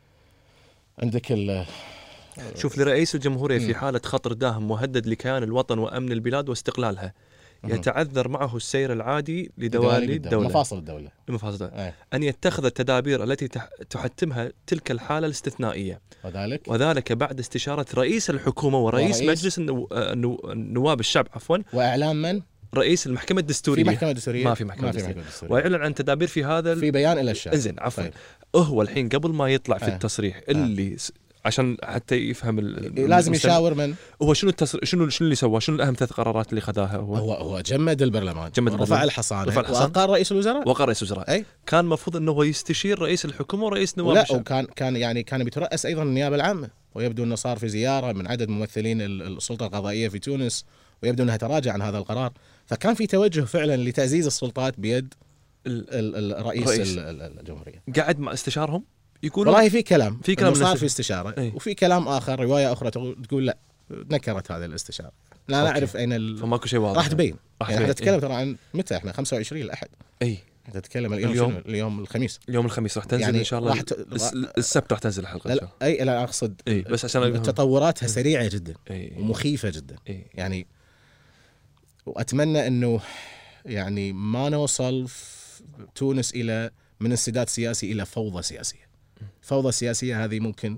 عندك شوف لرئيس الجمهورية في حالة خطر داهم مهدد لكيان الوطن وأمن البلاد واستقلالها يتعذر معه السير العادي لدوالي الدولة مفاصل الدولة أن يتخذ التدابير التي تحتمها تلك الحالة الاستثنائية، وذلك بعد استشارة رئيس الحكومة ورئيس مجلس النواب الشعب وإعلام من؟ رئيس المحكمة الدستورية. في محكمة دستورية؟ ما في محكمة دستورية. ويعلن عن تدابير في هذا في بيان إلى الشعب. إنزين عفوا. هو الحين قبل ما يطلع في التصريح اللي عشان حتى يفهم لازم يشاور من هو شنو اللي سواه، شنو الأهم 3 قرارات اللي خذاها هو جمد البرلمان، رفع الحصانة وقال رئيس الوزراء. كان مفروض انه هو يستشير رئيس الحكومة ورئيس نواب الشعب. وكان بيترأس ايضا النيابة العامة، ويبدو انه صار في زيارة من عدد ممثلين السلطة القضائية في تونس، ويبدو انها تراجع عن هذا القرار. فكان في توجه فعلا لتعزيز السلطات بيد الرئيس الجمهورية. قاعد مع استشارهم يقولون والله في كلام صار في استشارة وفي كلام آخر، رواية أخرى تقول لا نكرت هذه الاستشارة. لا نعرف أين فماكو شيء واضح راح تبين. يعني نتكلم ترى عن متى احنا 25 الأحد. نتكلم اليوم الخميس راح تنزل يعني إن شاء الله. السبت راح تنزل الحلقة. لا أقصد بس عشان تطوراتها سريعة جدا ومخيفة جدا. يعني وأتمنى أنه يعني ما نوصل في تونس إلى من انسداد سياسي إلى فوضى سياسية. فوضى سياسية هذه ممكن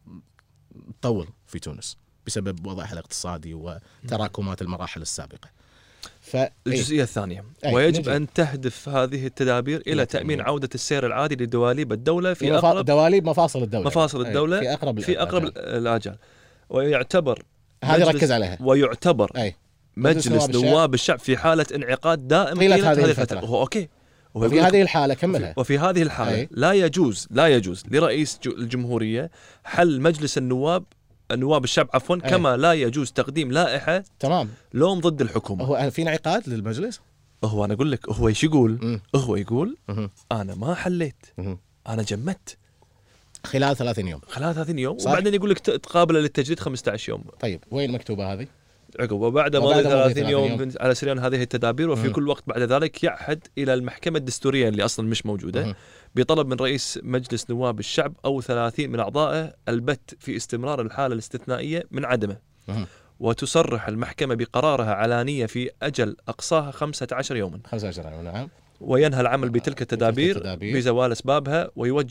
تطول في تونس بسبب وضعها الاقتصادي وتراكمات المراحل السابقة. الجزئية الثانية ويجب أن تهدف هذه التدابير إلى تأمين عودة السير العادي لدواليب الدولة في أقرب دواليب مفاصل الدولة في أقرب الآجال. ويعتبر هذه ركز عليها. ويعتبر مجلس نواب الشعب في حالة انعقاد دائم طيلة هذه الفترة. أوكي. وفي هذه الحالة كملها. وفي هذه الحالة لا يجوز لرئيس الجمهورية حل مجلس النواب الشعب كما لا يجوز تقديم لائحة لوم ضد الحكومة. هو في انعقاد للمجلس؟ هو أنا أقول لك هو إيش يقول؟ هو يقول أنا ما حليت، أنا جمدت خلال 30 يوم وبعدين يقول لك تقابل للتجديد 15 يوم. طيب وين مكتوبة هذه؟ عقب وبعد مضي 30 يوم على سريان هذه التدابير، وفي كل وقت بعد ذلك يعهد إلى المحكمة الدستورية اللي أصلا مش موجودة بطلب من رئيس مجلس نواب الشعب أو 30 من أعضائه البت في استمرار الحالة الاستثنائية من عدمه، وتصرح المحكمة بقرارها علانية في أجل أقصاها 15 يوما. 15 يوما، نعم. وينهى العمل بتلك التدابير بزوال أسبابها،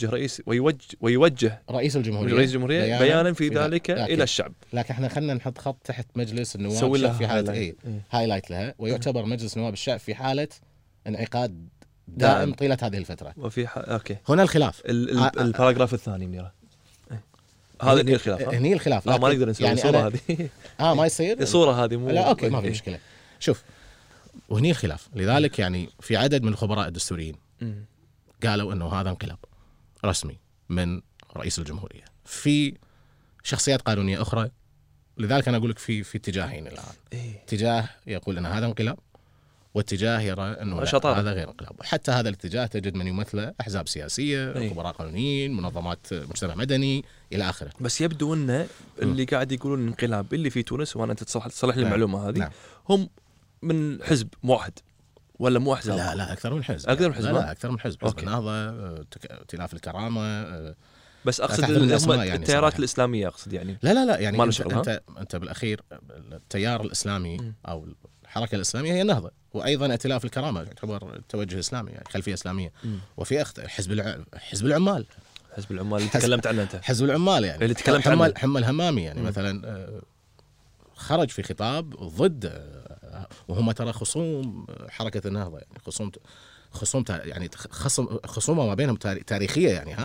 ويوجه رئيس الجمهورية بيانا في ذلك إلى الشعب. لكن احنا خلينا نحط خط تحت مجلس النواب الشعب في حالة هايلايت لها، ويعتبر مجلس نواب الشعب في حالة انعقاد دائم طيلة هذه الفترة. وفي أوكي. هنا الخلاف الباراجراف الثاني ميرا. هذا هي الخلاف. هني الخلاف. ما نقدر نسوي يعني الصورة هذه. ما يصير. الصورة هذه مو. لا أوكي ما في مشكلة. شوف. وهني الخلاف، لذلك يعني في عدد من الخبراء الدستوريين قالوا انه هذا انقلاب رسمي من رئيس الجمهورية. في شخصيات قانونية اخرى، لذلك انا اقول لك في اتجاهين الان. اتجاه يقول ان هذا انقلاب، واتجاه يرى انه هذا غير انقلاب. وحتى هذا الاتجاه تجد من يمثله احزاب سياسية، خبراء قانونيين، منظمات مجتمع مدني الى اخره. بس يبدو ان اللي قاعد يقولون انقلاب اللي في تونس، وانا انت تصلح لي المعلومة هذه، هم من حزب واحد ولا مو احزاب؟ لا اكثر من حزب. لا اكثر من حزب. حزب النهضه، ائتلاف الكرامه. بس اقصد التيارات الاسلاميه، اقصد يعني. لا يعني انت بالاخير التيار الاسلامي او الحركه الاسلاميه هي النهضه، وايضا ائتلاف الكرامه يعتبر توجه اسلامي، يعني خلفيه اسلاميه. وفي حزب العمال. حزب العمال اللي تكلمت عنه انت. حزب العمال يعني اللي تكلمت عنه. حمى الهمامي يعني مثلا خرج في خطاب ضد، وهم ترى خصوم حركة النهضة، يعني خصوم يعني خصومة ما بينهم تاريخية يعني.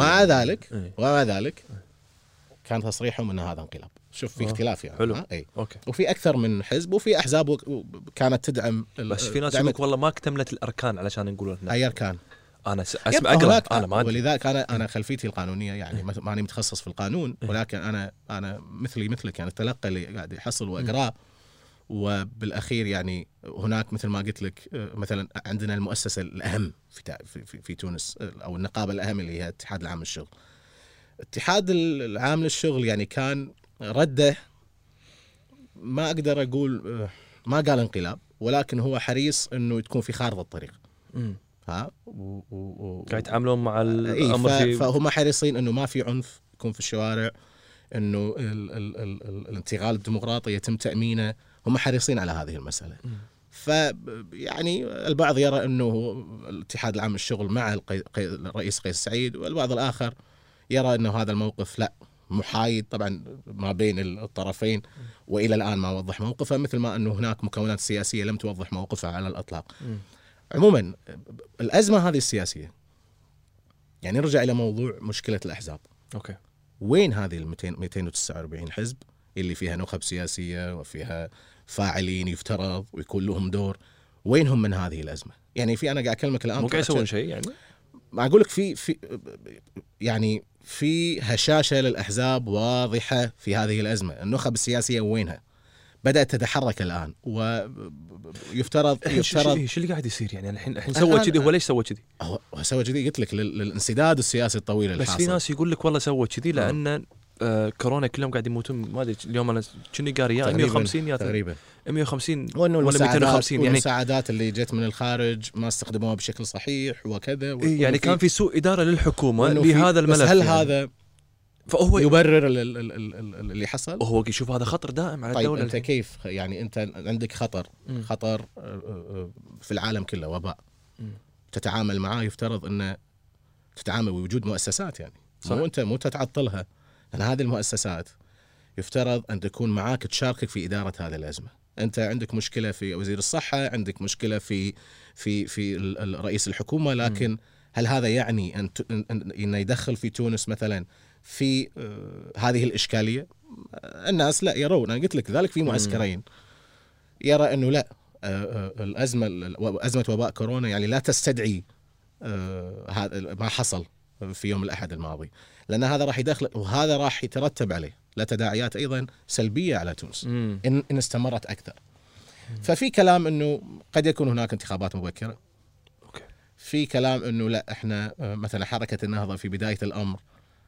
ومع ذلك كان تصريحهم ان هذا انقلاب. شوف في اختلاف يعني. حلو. أوكي. وفي اكثر من حزب، وفي احزاب كانت تدعم. بس في ناس يقولك والله ما اكتملت الاركان علشان نقول اي اركان. انا اسمع اقرا انا ما أدري. ولذلك انا خلفيتي القانونيه يعني ماني متخصص في القانون، ولكن انا مثلك يعني التلقي اللي قاعد يحصل واقراه. وبالاخير يعني هناك مثل ما قلت لك مثلا عندنا المؤسسه الاهم في تونس، او النقابه الاهم اللي هي الاتحاد العام للشغل. الاتحاد العام للشغل يعني كان رده، ما اقدر اقول ما قال انقلاب، ولكن هو حريص انه تكون في خارطه الطريق. قاعد يتعاملون مع الامر فهم حريصين انه ما في عنف يكون في الشوارع، انه الانتقال الديمقراطي يتم تامينه. هم حريصين على هذه المساله. فيعني البعض يرى انه الاتحاد العام للشغل مع الرئيس قيس سعيد، والبعض الاخر يرى انه هذا الموقف لا محايد طبعا ما بين الطرفين، والى الان ما وضح موقفه، مثل ما انه هناك مكونات سياسيه لم توضح موقفها على الاطلاق. عموما الازمه هذه السياسيه، يعني نرجع الى موضوع مشكله الاحزاب. اوكي. وين هذه 249 حزب اللي فيها نخب سياسيه وفيها فاعلين يفترض ويكون لهم دور؟ وينهم من هذه الازمه؟ يعني انا قاعد اكلمك الان مو قاعد يسوون شيء يعني. ما اقول لك في يعني في هشاشه للاحزاب واضحه في هذه الازمه. النخب السياسيه وينها؟ بدات تتحرك الان، ويفترض شو اللي قاعد يصير يعني الحين سوى كذي. هو ليش سوى كذي؟ هو سوى كذي قلت لك للانسداد السياسي الطويل الحاصل. بس في ناس يقول لك والله سوى كذي لان كورونا كلهم قاعد يموتون. ما ادري اليوم انا كني قاري يا 150 يا تقريبا 150 ولا 250 يعني. المساعدات اللي جت من الخارج ما استخدموها بشكل صحيح وكذا. يعني كان في سوء اداره للحكومه لهذا الملف. بس هل يعني هذا فهو يبرر اللي حصل؟ وهو يشوف هذا خطر دائم على الدوله. انت كيف يعني انت عندك خطر في العالم كله، وباء تتعامل معاه، يفترض انه تتعامل بوجود مؤسسات يعني. مو تتعطلها، لان هذه المؤسسات يفترض ان تكون معاك تشاركك في اداره هذه الازمه. انت عندك مشكله في وزير الصحه، عندك مشكله في رئيس الحكومه، لكن هل هذا يعني ان يدخل في تونس مثلا في هذه الإشكالية؟ الناس لا يرون. أنا قلت لك ذلك في معسكرين، يرى أنه لا، أزمة وباء كورونا يعني لا تستدعي هذا ما حصل في يوم الأحد الماضي، لأن هذا راح يدخل وهذا راح يترتب عليه لا تداعيات أيضا سلبية على تونس إن استمرت أكثر. ففي كلام أنه قد يكون هناك انتخابات مبكرة. في كلام أنه لا، إحنا مثلا حركة النهضة في بداية الأمر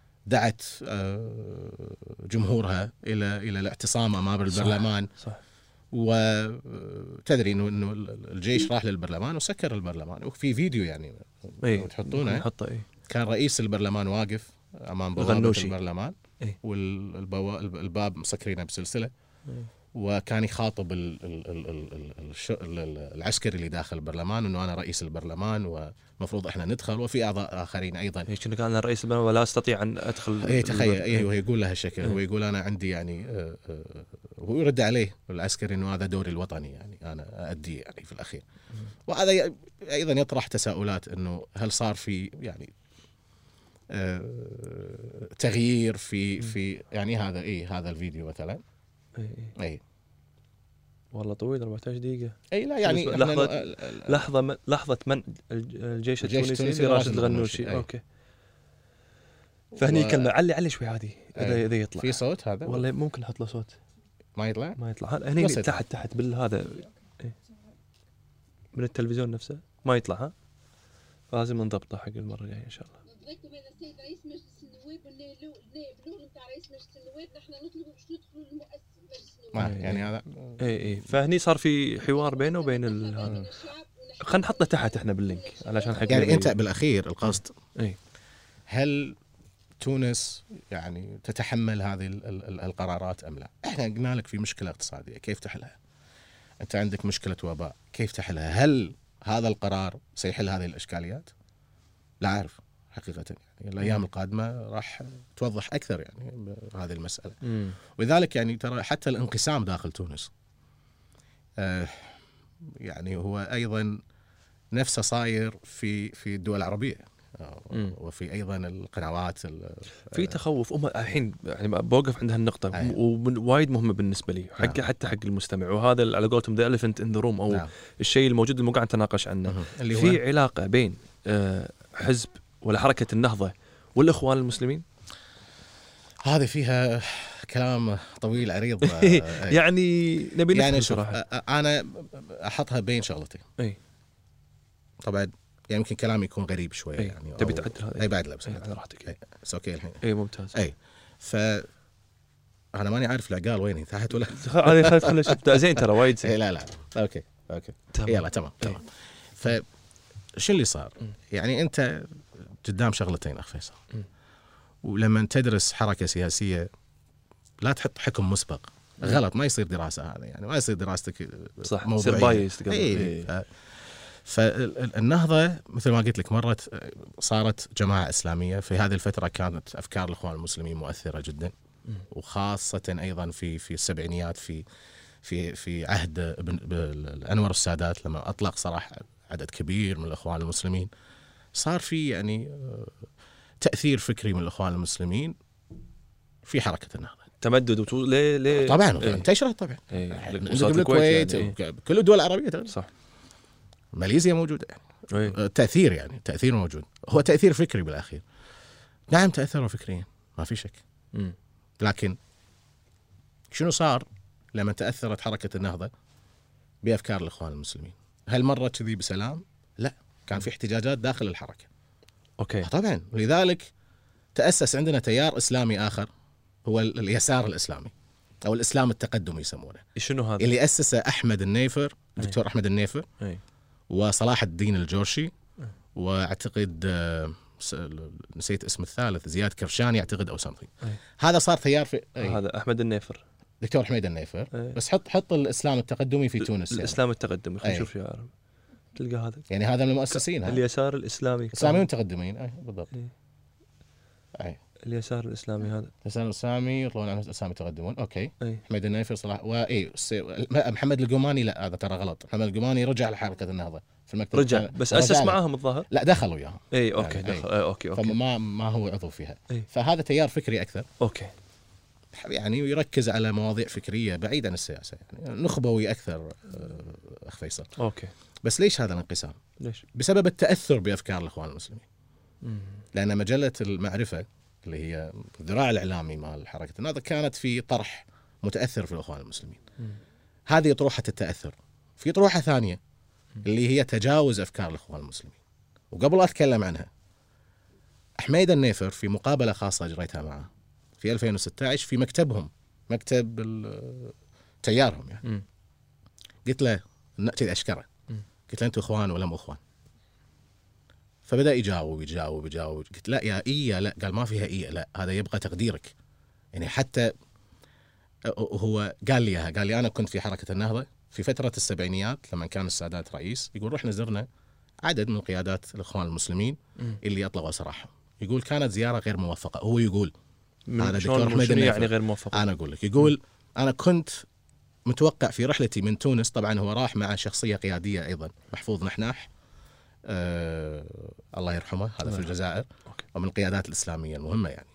دعت جمهورها إلى الاعتصام أمام البرلمان. صح. وتدري انه الجيش راح للبرلمان وسكر البرلمان، وفي فيديو يعني تحطونه نحطه. كان رئيس البرلمان واقف امام بوابه البرلمان، والباب مسكرينه بسلسله، وكان يخاطب العسكري اللي داخل البرلمان انه انا رئيس البرلمان ومفروض احنا ندخل، وفي اعضاء اخرين ايضا. هيك كان انا رئيس البرلمان ولا استطيع ان ادخل. تخيل. ويقول له هالشكل، هو يقول انا عندي يعني هو يرد عليه العسكري انه هذا دوري الوطني، يعني انا ااديه يعني في الاخير. وهذا ايضا يطرح تساؤلات انه هل صار في يعني تغيير في يعني هذا الفيديو مثلا. اي والله طويل 14 دقيقة. اي لا يعني لحظة من الجيش التونسي لراشد الغنوشي. اوكي. فهني كلمة علي شوي عادي اذا يطلع في صوت هذا والله ممكن نحط له صوت. ما يطلع هني تحت بالهذا من التلفزيون نفسه ما يطلع. ها لازم نضبطه حق المرة الجاية ان شاء الله. نضيفكم هذا السيد رئيس مجلس النواب والنائب نتاع رئيس مجلس النواب، نحن نطلب باش ندخلوا لمؤسس مجلس النواب. يعني هذا اي فهني صار في حوار بينه وبين خلينا نحطه تحت احنا باللينك علشان حق يعني انت بالاخير القصد اي هل تونس يعني تتحمل هذه القرارات ام لا؟ احنا قلنا لك في مشكله اقتصاديه، كيف تحلها؟ انت عندك مشكله وباء، كيف تحلها؟ هل هذا القرار سيحل هذه الاشكاليات؟ لا أعرف حقيقة. يعني الأيام القادمة راح توضح أكثر يعني هذه المسألة. ولذلك يعني ترى حتى الانقسام داخل تونس يعني هو أيضا نفسه صاير في الدول العربية، وفي أيضا القنوات في تخوف. الحين يعني بوقف عند هالنقطة ووايد مهمة بالنسبة لي حتى حق المستمع، وهذا على قولتهم the elephant in the room أو الشيء الموجود اللي مو قاعد نتناقش عنه. في علاقة بين حزب ولا حركة النهضة والإخوان المسلمين؟ هذه فيها كلام طويل عريض. يعني نبي يعني صراحة. أنا أحطها بين شغلتين. طبعا يعني يمكن كلامي يكون غريب شوية. يعني تبي تعدل هذا؟ أي بعد لا بس على راحتك. أوكي الحين. ممتاز. أنا ماني عارف العقال وين تحت ولا. هذه خلينا نشوف. زين ترى وايد زين. لا أوكي يلا تمام. شو اللي صار؟ يعني أنت قدام شغلتين أخ فيصل، ولما تدرس حركة سياسية لا تحط حكم مسبق. غلط، ما يصير دراسة هذا، يعني ما يصير دراستك صح يصير بايس. فالنهضة مثل ما قلت لك مرت صارت جماعة إسلامية. في هذه الفترة كانت أفكار الإخوان المسلمين مؤثرة جدا، وخاصة أيضا في السبعينيات في عهد أنور السادات لما أطلق صراحة عدد كبير من الإخوان المسلمين. صار في يعني تأثير فكري من الإخوان المسلمين في حركة النهضة. تمدد ليه طبعا انتشرت طبعا. الكويت يعني. كل الدول العربية صح. ماليزيا موجودة يعني. تأثير موجود، هو تأثير فكري بالأخير. نعم تأثروا فكريا ما في شك. لكن شنو صار لما تأثرت حركة النهضة بأفكار الإخوان المسلمين؟ هل مرت كذي بسلام؟ لا، كان في احتجاجات داخل الحركة. أوكي. طبعا، ولذلك تأسس عندنا تيار إسلامي آخر هو اليسار الإسلامي أو الإسلام التقدمي يسمونه. شنو هذا؟ اللي أسسه أحمد النيفر، الدكتور أحمد النيفر، وصلاح الدين الجورشي، واعتقد نسيت اسم الثالث، زياد كرشاني اعتقد او سمثينج. هذا صار تيار في هذا احمد النيفر، دكتور احمد النيفر. بس حط الاسلام التقدمي في تونس. الاسلام التقدمي خلينا نشوف يا عرب تلقى هذا يعني هذا من المؤسسين اليسار الاسلامي اسلاميين متقدمين. بالضبط. اليسار الاسلامي هذا اليسار الاسلامي يطلعون على الاسلام يتقدمون. اوكي. احمد النيفر صلاح محمد القماني. لا هذا ترى غلط. محمد القماني رجع لحركه النهضه في المكتب، رجع بس اسس معاهم الظاهر. لا دخلوا وياهم. اوكي يعني دخل. اوكي فما هو عضو فيها. فهذا تيار فكري اكثر. اوكي. يعني يركز على مواضيع فكريه بعيد عن السياسه، يعني نخبوي اكثر. اخ فيصل. اوكي. بس ليش هذا الانقسام؟ ليش؟ بسبب التاثر بافكار الاخوان المسلمين. لان مجله المعرفه اللي هي الذراع الاعلامي مال حركه النهضه كانت في طرح متاثر في الاخوان المسلمين. هذه طروحه التاثر. في طروحه ثانيه اللي هي تجاوز افكار الاخوان المسلمين. وقبل اتكلم عنها، حميد النيفر في مقابله خاصه اجريتها معه في 2016 في مكتبهم، مكتب تيارهم يعني. قلت له كذا اشكره، قلت له انتم اخوان ولا مو اخوان؟ فبدا يجاوب. قلت لا يا يا لا، قال ما فيها لا، هذا يبغى تقديرك يعني. حتى هو قال لي اياها، قال لي انا كنت في حركه النهضه في فتره السبعينيات لما كان السادات رئيس، يقول رحنا زرنا عدد من قيادات الاخوان المسلمين اللي اطلقوا سراحهم. يقول كانت زياره غير موفقه. هو يقول هذا دكتور حميد النيفر، يعني غير موفقه. انا اقول لك، يقول انا كنت متوقع في رحلتي من تونس، طبعا هو راح مع شخصيه قياديه ايضا، محفوظ نحناح الله يرحمه، هذا في الجزائر ومن القيادات الاسلاميه المهمه يعني.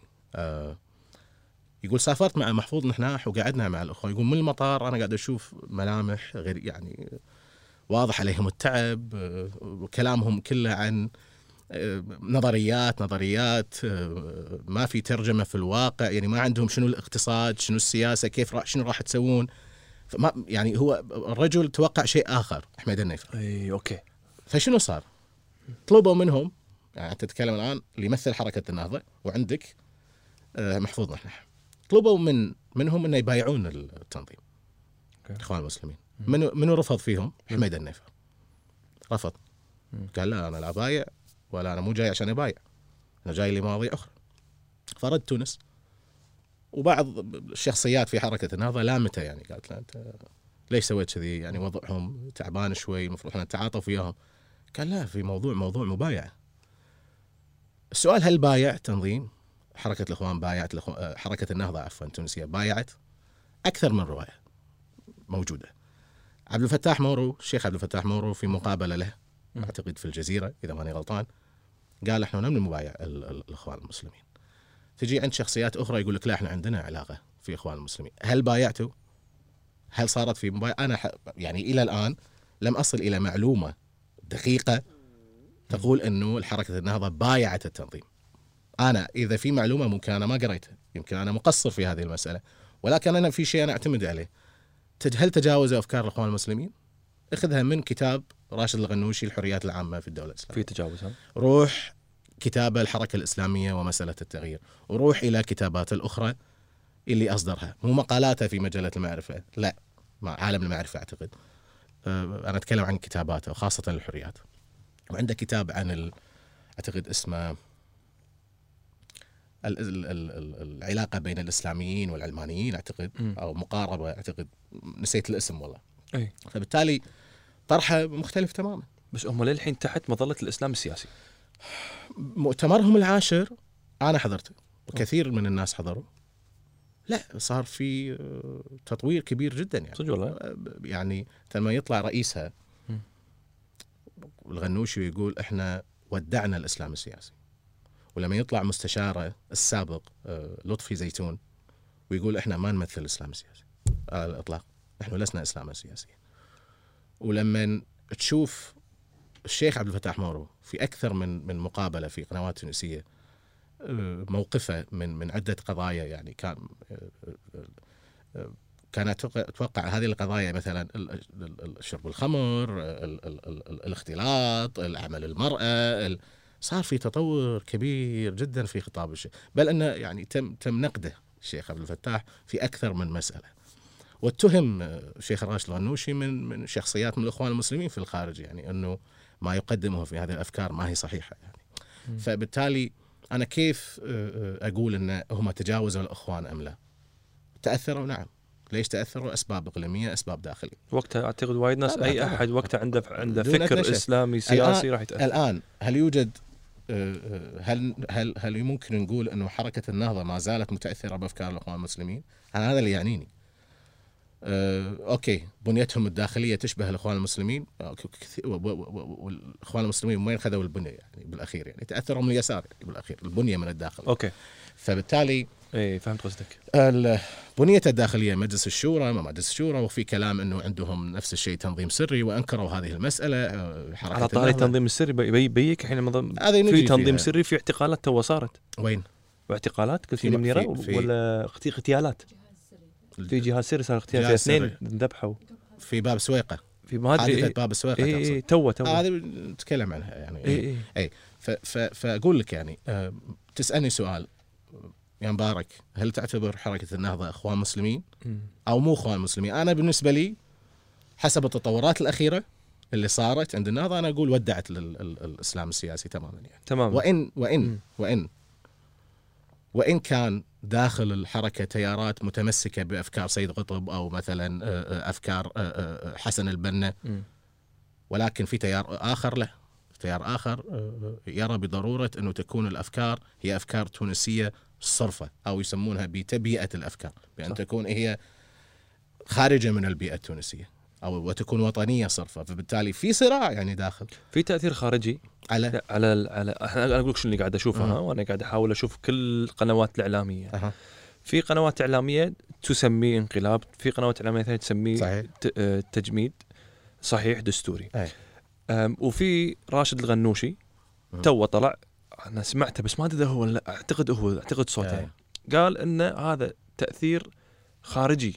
يقول سافرت مع محفوظ نحناح وقعدنا مع الاخوه. يقول من المطار انا قاعد اشوف ملامح غير يعني واضح عليهم التعب، وكلامهم كله عن نظريات ما في ترجمه في الواقع، يعني ما عندهم شنو الاقتصاد، شنو السياسه، كيف شنو راح تسوون. فما يعني هو الرجل توقع شيء اخر حميد النيفر. اي اوكي. فشنو صار؟ طلبوا منهم، يعني انت تتكلم الان اللي يمثل حركه النهضه وعندك محفوظ نحناح، طلبوا منهم انه يبايعون التنظيم الاخوان المسلمين. منو رفض فيهم؟ حميد النيفر رفض، قال لا انا لا بايع ولا انا مو جاي عشان ابايع، انا جاي لمواضيع اخرى. فرد تونس وبعض الشخصيات في حركه النهضه لامته، يعني قالت له انت ليش سويت كذي؟ يعني وضعهم تعبان شوي، المفروض احنا نتعاطف وياهم. قال لا، في موضوع مبايعه. السؤال هل بايع تنظيم حركه الاخوان؟ بايعت حركه النهضه عفوا التونسيه بايعت؟ اكثر من روايه موجوده. عبد الفتاح مورو، الشيخ عبد الفتاح مورو في مقابله له اعتقد في الجزيره اذا ماني غلطان، قال احنا لم نبايع الاخوان المسلمين. تجي عند شخصيات اخرى يقول لك لا احنا عندنا علاقه في اخوان المسلمين. هل بايعتوا؟ هل صارت في مبايعه؟ انا يعني الى الان لم اصل الى معلومه دقيقه تقول انه الحركه النهضه بايعت التنظيم. انا اذا في معلومه ممكن انا ما قريتها، يمكن انا مقصر في هذه المساله، ولكن انا في شيء انا اعتمد عليه. هل تجاوزوا افكار الاخوان المسلمين؟ اخذها من كتاب راشد الغنوشي الحريات العامه في الدوله الاسلاميه. في تجاوز. روح كتاب الحركه الاسلاميه ومساله التغيير، وروح الى كتابات الاخرى اللي اصدرها، مو مقالاته في مجله المعرفه، لا، مع عالم المعرفه اعتقد. انا اتكلم عن كتاباته وخاصه الحريات. وعنده كتاب عن اعتقد اسمه العلاقه بين الاسلاميين والعلمانيين اعتقد، او مقاربه اعتقد، نسيت الاسم والله. اي. فبالتالي طرحه مختلف تماما. بس هم للحين تحت مظله الاسلام السياسي. مؤتمرهم العاشر انا حضرته وكثير من الناس حضروا، لا صار في تطوير كبير جدا يعني. صدق والله. يعني لما يطلع رئيسها الغنوشي ويقول احنا ودعنا الاسلام السياسي، ولما يطلع مستشاره السابق لطفي زيتون ويقول احنا ما نمثل الاسلام السياسي على الاطلاق، نحن لسنا اسلاما سياسيا. ولما تشوف الشيخ عبد الفتاح مورو في اكثر من مقابله في قنوات تونسيه موقفه من عده قضايا، يعني كان اتوقع هذه القضايا مثلا شرب الخمر، الاختلاط، عمل المراه، صار في تطور كبير جدا في خطاب الشيخ، بل انه يعني تم نقده الشيخ عبد الفتاح في اكثر من مساله. واتهم الشيخ راشد الغنوشي من شخصيات من الاخوان المسلمين في الخارج، يعني انه ما يقدمه في هذه الافكار ما هي صحيحه يعني. فبالتالي انا كيف اقول ان هم تجاوزوا الاخوان ام لا؟ تاثروا، نعم. ليش تاثروا؟ اسباب اقليميه، اسباب داخليه. وقتها اعتقد وايد ناس، اي احد وقتها عنده فكر نشأ. اسلامي سياسي راح يتاثر. الان هل يوجد هل ممكن نقول انه حركه النهضه ما زالت متاثره بافكار الاخوان المسلمين؟ انا هذا اللي يعنيني. اوكي، بنيتهم الداخليه تشبه الاخوان المسلمين، والاخوان المسلمين وين خذوا البنيه يعني بالاخير؟ يعني تاثروا من اليسار يعني بالاخير، البنيه من الداخل. اوكي. فبالتالي اي فهمت قصدك. البنيه الداخليه مجلس الشورى، ما مجلس الشورى، وفي كلام انه عندهم نفس الشيء تنظيم سري، وانكروا هذه المساله. حركه على طاري التنظيم السري بيك الحين في تنظيم سري، في اعتقالات تو صارت. وين؟ واعتقالات قلت لي منيره ولا اغتيالات؟ في جهاز سري صار اغتيال في اثنين ذبحوا في باب سويقه، في ما ادري باب السويقه. اي تو هذه نتكلم عنها يعني. اي فاقول لك يعني تسالني سؤال يا مبارك، هل تعتبر حركه النهضه اخوان مسلمين او مو اخوان مسلمين؟ انا بالنسبه لي حسب التطورات الاخيره اللي صارت عند النهضه، انا اقول ودعت الاسلام السياسي تماما يعني. تمام. وان كان داخل الحركه تيارات متمسكه بافكار سيد قطب او مثلا افكار حسن البنا، ولكن في تيار اخر له تيار اخر يرى بضروره انه تكون الافكار هي افكار تونسيه صرفه، او يسمونها بتبيئه الافكار، بان تكون هي خارجه من البيئه التونسيه او وتكون وطنيه صرفه. فبالتالي في صراع يعني داخل، في تاثير خارجي على انا اقول لك شو اللي قاعد اشوفها، وانا قاعد احاول اشوف كل القنوات الاعلاميه. في قنوات اعلاميه تسميه انقلاب، في قنوات اعلاميه ثانيه تسميه تجميد صحيح دستوري. وفي راشد الغنوشي تو طلع، انا سمعته بس ما ادري هو لا، اعتقد صوته قال ان هذا تاثير خارجي.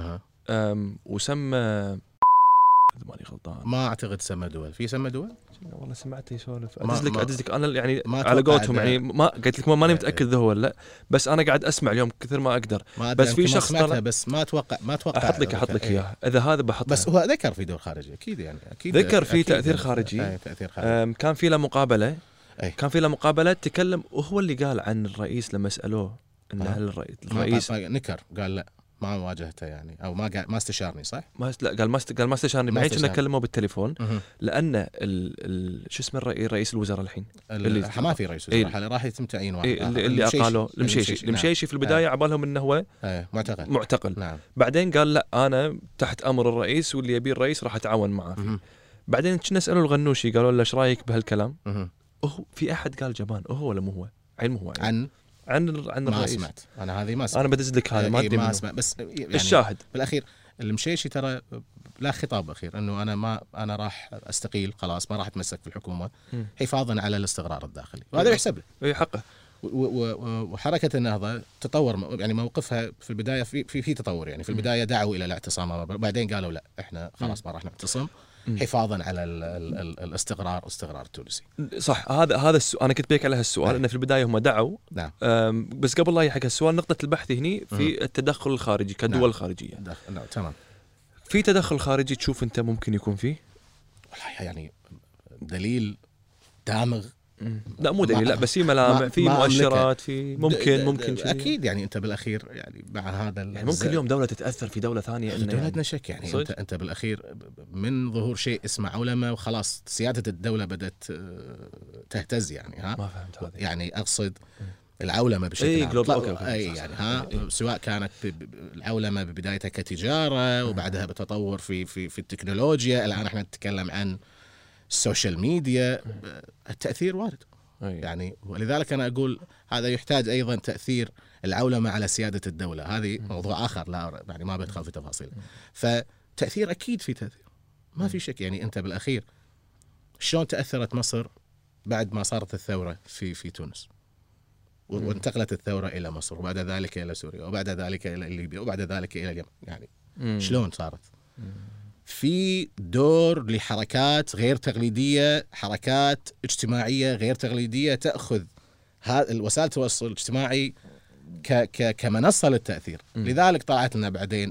وسمى اذا ماني غلطان، ما اعتقد سمى دول، في سمى دول والله سمعته يسولف. ادزلك انا يعني على قولتهم يعني ما قلت لك ماني متاكد ذا هو لا، بس انا قاعد اسمع اليوم كثر ما اقدر. بس في شخص طلع، بس ما اتوقع احط لك اياه اذا هذا بحط. بس هو ذكر في دور خارجي اكيد يعني، اكيد ذكر في تاثير خارجي. كان في له مقابله كان في له مقابله تكلم، وهو اللي قال عن الرئيس لما سالوه ان هل الرئيس نكر قال لا ما واجهته يعني، او ما استشارني صح؟ قال ما استشارني. بعدين كنا نكلمه بالتليفون لان شو اسمه رئيس الوزراء الحين ما في رئيس وزراء راح يتم تعيين واحد اللي اقالوه المشيشي في البدايه عبالهم انه هو معتقل. نعم. بعدين قال لا انا تحت امر الرئيس واللي يبي الرئيس راح اتعاون معه فيه. بعدين كنا نساله الغنوشي قالوا له ايش رايك بهالكلام؟ في احد قال جبان هو ولا مو هو؟ عين مو هو عن ما الرئيس. سمعت انا هذه ما سمعت. انا بدز لك هذا ما ادري ما اسمع، بس يعني الشاهد بالاخير المشيشي ترى لا خطاب اخير انه انا راح استقيل خلاص، ما راح اتمسك في الحكومه حفاظا على الاستقرار الداخلي، وهذا يحسب له. اي حقه. وحركه النهضه تطور يعني موقفها في البدايه في تطور يعني. في البدايه دعوا الى الاعتصام، بعدين قالوا لا احنا خلاص ما راح نعتصم حفاظا على استقرار التونسي. صح. هذا السؤال انا كنت بيك على هالسؤال. انه في البدايه هم دعوا. نعم. بس قبل لا يحكي السؤال، نقطه البحث هني في التدخل الخارجي كدول. نعم. خارجيه. نعم تمام. في تدخل خارجي تشوف انت ممكن يكون فيه؟ والله يعني دليل دامغ. لا مو دليل، لا بس في ملامح، في مؤشرات، في ممكن شيء. اكيد يعني انت بالاخير يعني مع هذا يعني ممكن اليوم دوله تتاثر في دوله ثانيه. دولتنا شك يعني انت بالاخير من ظهور شيء اسمه عولمه وخلاص سياده الدوله بدات تهتز يعني. ما فهمت هذا يعني اقصد العولمه بشكل عام. يعني سواء كانت العولمه ببدايتها كتجاره وبعدها بتطور في التكنولوجيا، الان احنا نتكلم عن السوشيال ميديا. التأثير وارد يعني. ولذلك أنا أقول هذا يحتاج أيضا تأثير العولمة على سيادة الدولة. هذه موضوع آخر لا يعني ما بدخل في تفاصيل. فتأثير أكيد في تأثير ما في شك يعني. أنت بالأخير شلون تأثرت مصر بعد ما صارت الثورة في تونس، وانتقلت الثورة إلى مصر، وبعد ذلك إلى سوريا، وبعد ذلك إلى ليبيا، وبعد ذلك إلى اليمن يعني. شلون صارت؟ في دور لحركات غير تقليدية، حركات اجتماعية غير تقليدية تأخذ الوسائل التواصل الاجتماعي كمنصة للتأثير. لذلك طلعت لنا بعدين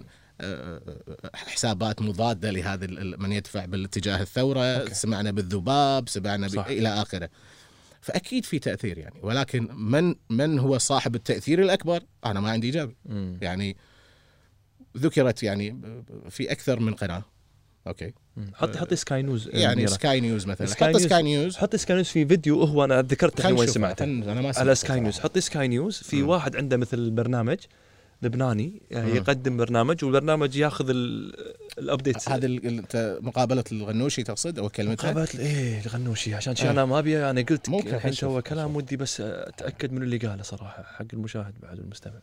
حسابات مضادة لهذا من يدفع بالاتجاه الثورة. سمعنا بالذباب، سمعنا إلى آخره. فأكيد في تأثير يعني. ولكن من هو صاحب التأثير الأكبر؟ أنا ما عندي إجابة يعني. ذكرت يعني في أكثر من قناة. اوكي حط سكاي نيوز يعني سكاي نيوز مثلا. حط سكاي نيوز في فيديو. هو انا ذكرت الحين وين سمعته على سكاي نيوز. حط سكاي نيوز في واحد عنده مثل برنامج لبناني يقدم برنامج، والبرنامج ياخذ الابديتس. هذا مقابله الغنوشي تقصد او كلمتها؟ مقابله الغنوشي عشان شيء انا ما ابي. انا قلت الحين سوى كلام ودي بس اتاكد من اللي قاله صراحه حق المشاهد بعد المستمع.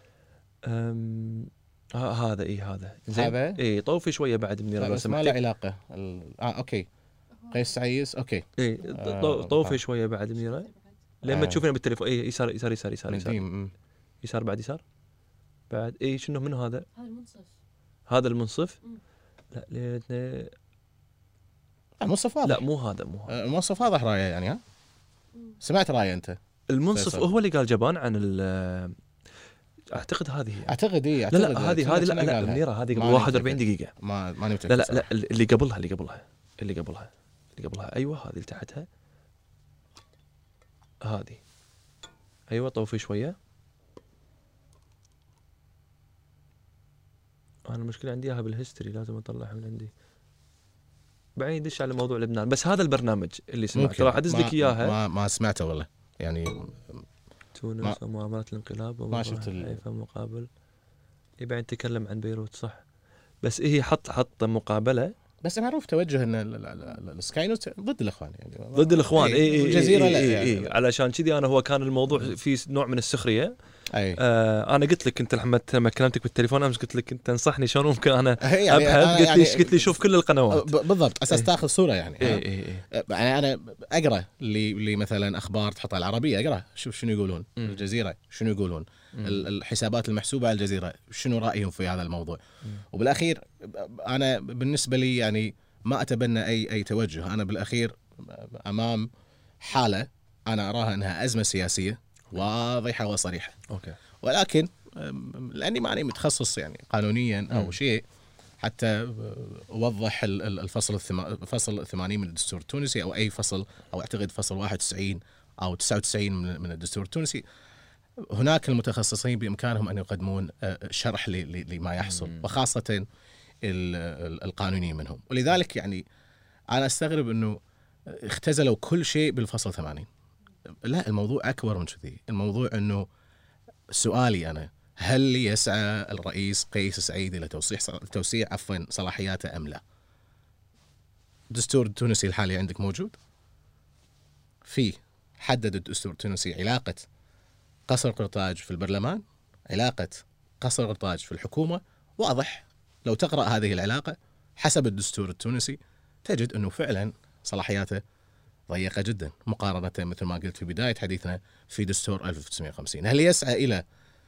هذا زين. طوفي شويه بعد منيره لو سمحت. ما له علاقه اوكي. قيس سعيس اوكي. طوفي شويه بعد منيره لما تشوفينه بالتليفون. يسار يسار يسار يسار يسار, يسار بعد يسار بعد. شنو من هذا هذا المنصف. لا ليتنا المنصف واضح. لا مو هذا المنصف واضح رايه يعني. سمعت رايه انت؟ المنصف هو اللي قال جبان عن اعتقد هذه هي. اعتقد لا هذه لا المنيره هذه قبل 41 دقيقه. ما متأكد. لا اللي قبلها ايوه هذه اللي تحتها هذه. ايوه طوفي شويه. انا المشكله عندي اياها بالهيستوري لازم اطلعها من عندي. بعدين دش على موضوع لبنان. بس هذا البرنامج اللي سمعته راح ادز لك اياها. ما سمعته والله يعني. تونس ومؤامرات الانقلاب ما شفت مقابل. بعدين تكلم عن بيروت صح. بس هي حط مقابله. بس معروف توجه ان السكاي نيوز ضد الاخوان يعني. ضد الاخوان الجزيره يعني. علشان كذي انا هو كان الموضوع في نوع من السخريه. انا قلت لك انت لما كلمتك بالتليفون امس قلت لك انت انصحني شلون ممكن انا يعني ابحث. قلت لي شوف كل القنوات بالضبط اساس تاخذ صوره يعني. يعني انا اقرا اللي مثلا اخبار تحطها العربيه اقرا شوف شنو يقولون. الجزيره شنو يقولون. الحسابات المحسوبه على الجزيره شنو رايهم في هذا الموضوع. وبالاخير انا بالنسبه لي يعني ما اتبنى اي توجه. انا بالاخير امام حاله انا اراها انها ازمه سياسيه واضحه وصريحه. اوكي. ولكن لاني ماني متخصص يعني قانونيا او شيء حتى اوضح الفصل 80 من الدستور التونسي او اي فصل او اعتقد فصل 91 او 99 من الدستور التونسي. هناك المتخصصين بامكانهم ان يقدمون شرح لما يحصل وخاصه القانونيين منهم. ولذلك يعني انا استغرب انه اختزلوا كل شيء بالفصل 80. لا الموضوع اكبر من كذي. الموضوع انه سؤالي انا هل يسعى الرئيس قيس سعيد الى توسيع صلاحياته ام لا؟ الدستور التونسي الحالي عندك موجود فيه حدد الدستور التونسي علاقه قصر قرطاج في البرلمان، علاقه قصر قرطاج في الحكومه. واضح لو تقرا هذه العلاقه حسب الدستور التونسي تجد انه فعلا صلاحياته ضيقه جدا مقارنه مثل ما قلت في بدايه حديثنا في دستور 1950. هل يسعى الى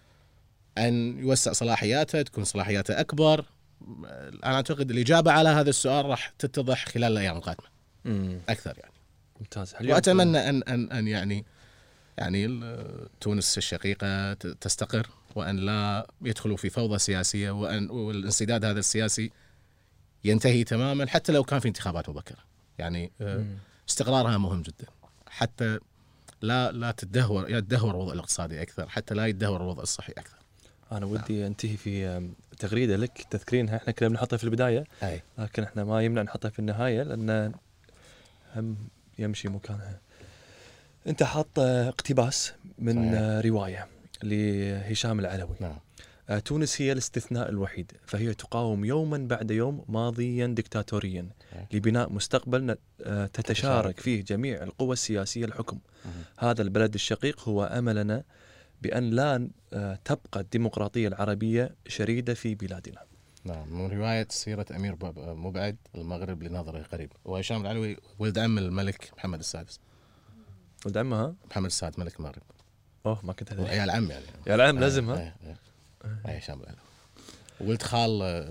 أن يوسع صلاحياته تكون صلاحياته أكبر؟ أنا أعتقد الإجابة على هذا السؤال راح تتضح خلال الأيام القادمة أكثر يعني. ممتاز. وأتمنى أن يعني تونس الشقيقة تستقر وأن لا يدخلوا في فوضى سياسية والانسداد هذا السياسي ينتهي تماما حتى لو كان في انتخابات مبكرة. يعني استقرارها مهم جدا حتى لا يتدهور الوضع الاقتصادي أكثر، حتى لا يتدهور الوضع الصحي أكثر. أنا ودي أنتهي في تغريدة لك تذكرينها. إحنا كنا بنحطها في البداية لكن إحنا ما يمنع نحطها في النهاية لأن هم يمشي مكانها. أنت حاط اقتباس من رواية لهشام العلوي. تونس هي الاستثناء الوحيد، فهي تقاوم يوما بعد يوم ماضيا ديكتاتوريا لبناء مستقبل تتشارك فيه جميع القوى السياسية الحكم. هذا البلد الشقيق هو أملنا بأن لا تبقى الديمقراطية العربية شريدة في بلادنا. نعم. من رواية سيرة أمير مبعد المغرب لنظره قريب. وهشام العلوي ولد عم الملك محمد السادس. ولد عمها محمد السادس ملك المغرب. ما كنت أدري. يا العم يعني. يا العم لازم ها. هشام العلوي. ولد خال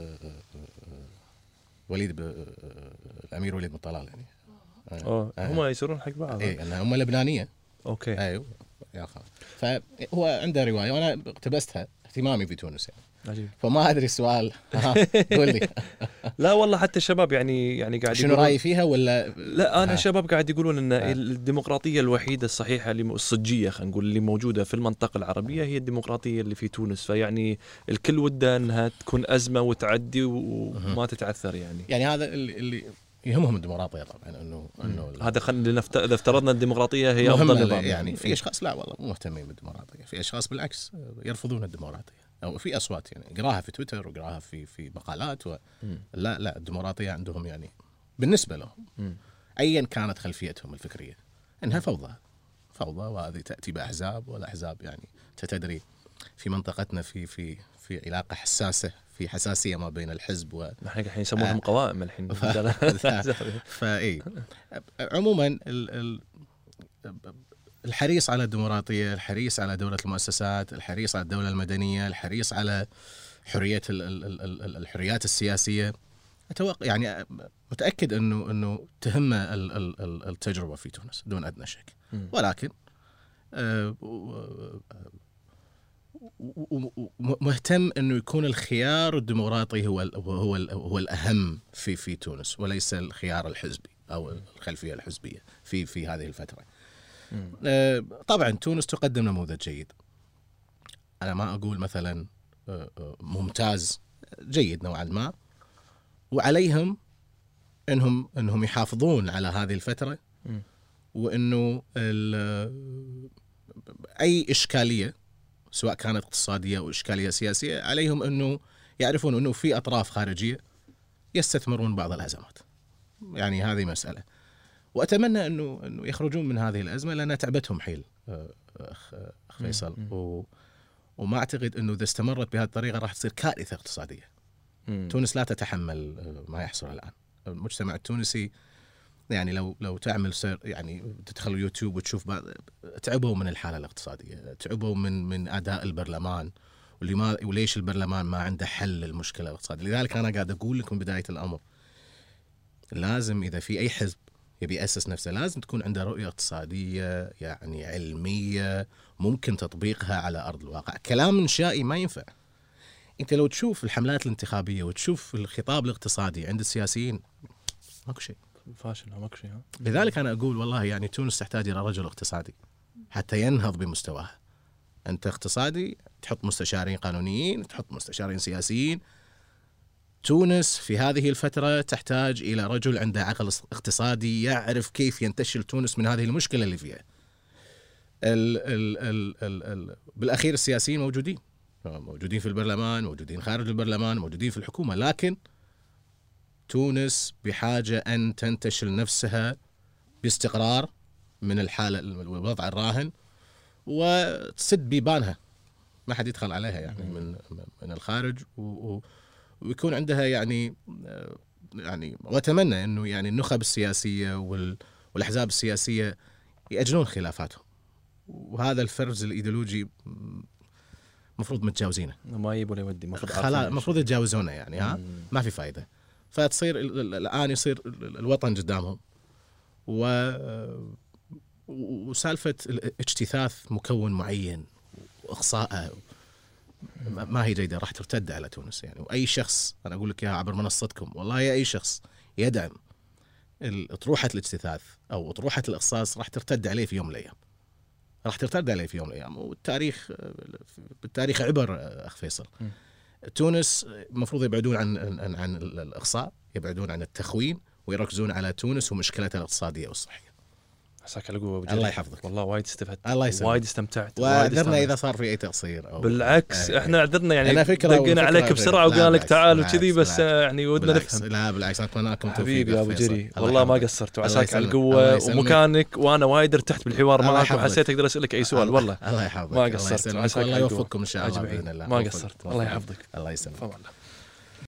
وليد الأمير وليد بن طلال يعني. هم يصيرون حق بعض. أنها هم لبنانية. أوكي. أيوه يا خال. فهو عنده رواية وأنا اقتبستها اهتمامي في تونس يعني. عجيب. فما أدري السؤال. قول لي. لا والله حتى الشباب يعني قاعد شنو رأيي فيها ولا لا أنا الشباب قاعد يقولون إن الديمقراطية الوحيدة الصحيحة الصجية خلينا نقول اللي موجودة في المنطقة العربية هي الديمقراطية اللي في تونس. فيعني الكل وده إنها تكون أزمة وتعدي وما تتعثر يعني هذا اللي يهمهم الديمقراطية طبعا إنه هذا خلينا إذا افترضنا الديمقراطية هي أفضل نظام يعني. في أشخاص لا والله مو مهتمين بالديمقراطية، في أشخاص بالعكس يرفضون الديمقراطية أو في أصوات يعني قراها في تويتر وقراها في مقالات لا الديمقراطية عندهم يعني بالنسبة لهم أيا كانت خلفيتهم الفكرية إنها فوضى وهذه تأتي بأحزاب والأحزاب يعني تدري في منطقتنا في علاقة حساسة، في حساسية ما بين الحزب نحن الحين يسمونهم قوائم الحين. فاي عموما الحريص على الديمقراطية، الحريص على دولة المؤسسات، الحريص على الدولة المدنية، الحريص على حرية الحريات السياسية. أتوقع يعني متأكد إنه تهم التجربة في تونس دون أدنى شك. ولكن ومهتم انه يكون الخيار الديمقراطي هو الاهم في تونس، وليس الخيار الحزبي او الخلفيه الحزبيه في هذه الفتره. طبعا تونس تقدم نموذج جيد، انا ما اقول مثلا ممتاز، جيد نوعا ما، وعليهم انهم يحافظون على هذه الفتره، وانه اي اشكاليه سواء كانت اقتصاديه او اشكاليه سياسيه عليهم انه يعرفون انه في اطراف خارجيه يستثمرون بعض الازمات. يعني هذه مساله، واتمنى انه يخرجون من هذه الازمه لانها تعبتهم حيل اخ فيصل، وما اعتقد انه اذا استمرت بهذه الطريقه راح تصير كارثه اقتصاديه. تونس لا تتحمل ما يحصل الان. المجتمع التونسي يعني لو تعمل يعني تدخل يوتيوب وتشوف تعبوا من الحاله الاقتصاديه، تعبوا من اداء البرلمان، وليش البرلمان ما عنده حل للمشكله الاقتصاديه. لذلك انا قاعد اقول لكم بدايه الامر، لازم اذا في اي حزب يبي يأسس نفسه لازم تكون عنده رؤيه اقتصاديه يعني علميه ممكن تطبيقها على ارض الواقع. كلام انشائي ما ينفع. انت لو تشوف الحملات الانتخابيه وتشوف الخطاب الاقتصادي عند السياسيين ماكو شيء، فاشل، ماكو شيء. لذلك انا اقول والله يعني تونس تحتاج الى رجل اقتصادي حتى ينهض بمستواها. انت اقتصادي تحط مستشارين قانونيين، تحط مستشارين سياسيين. تونس في هذه الفترة تحتاج إلى رجل عنده عقل اقتصادي يعرف كيف ينتشل تونس من هذه المشكلة اللي فيها. بالأخير السياسيين موجودين في البرلمان، موجودين خارج البرلمان، موجودين في الحكومة، لكن تونس بحاجة أن تنتشل نفسها باستقرار من الحالة الوضع الراهن، وتسد بيبانها ما حد يدخل عليها يعني من الخارج، ويكون عندها يعني واتمنى انه يعني النخب السياسيه والاحزاب السياسيه يأجلون خلافاتهم، وهذا الفرز الايديولوجي مفروض متجاوزينه، ما يجيب ولا يودي، مفروض يتجاوزونه يعني ما في فائده. فتصير الان يصير الوطن قدامهم، وسالفه الاجتثاث مكون معين واقصائه ما هي جيدة، راح ترتد على تونس يعني. وأي شخص أنا أقول لك إياها عبر منصتكم، والله أي شخص يدعم أطروحة الاجتثاث أو أطروحة الإقصاص راح ترتد عليه في يوم من الأيام، بالتاريخ عبر أخ فيصل. تونس مفروض يبعدون عن الإقصاء، يبعدون عن التخوين، ويركزون على تونس ومشكلتها الاقتصادية والصحية. عساك على قوة الله يحفظك. والله وايد استفدت، وايد استمتعت، واعذرنا اذا صار في اي تقصير بالعكس احنا اعذرنا يعني دقينا عليك بسرعه وقلنا لك تعال وكذي، بس يعني ودنا نفهم. لا بالعكس، اتمنى لكم توفيق حبيبي يا ابو جري، والله ما قصرت، وعساك على القوه ومكانك، وانا وايد ارتحت بالحوار معك وحسيت اقدر اسالك اي سؤال. والله الله يحفظك، ما قصرت، الله يوفقكم ان شاء الله باذن الله. ما قصرت، الله يحفظك، الله يسلمك.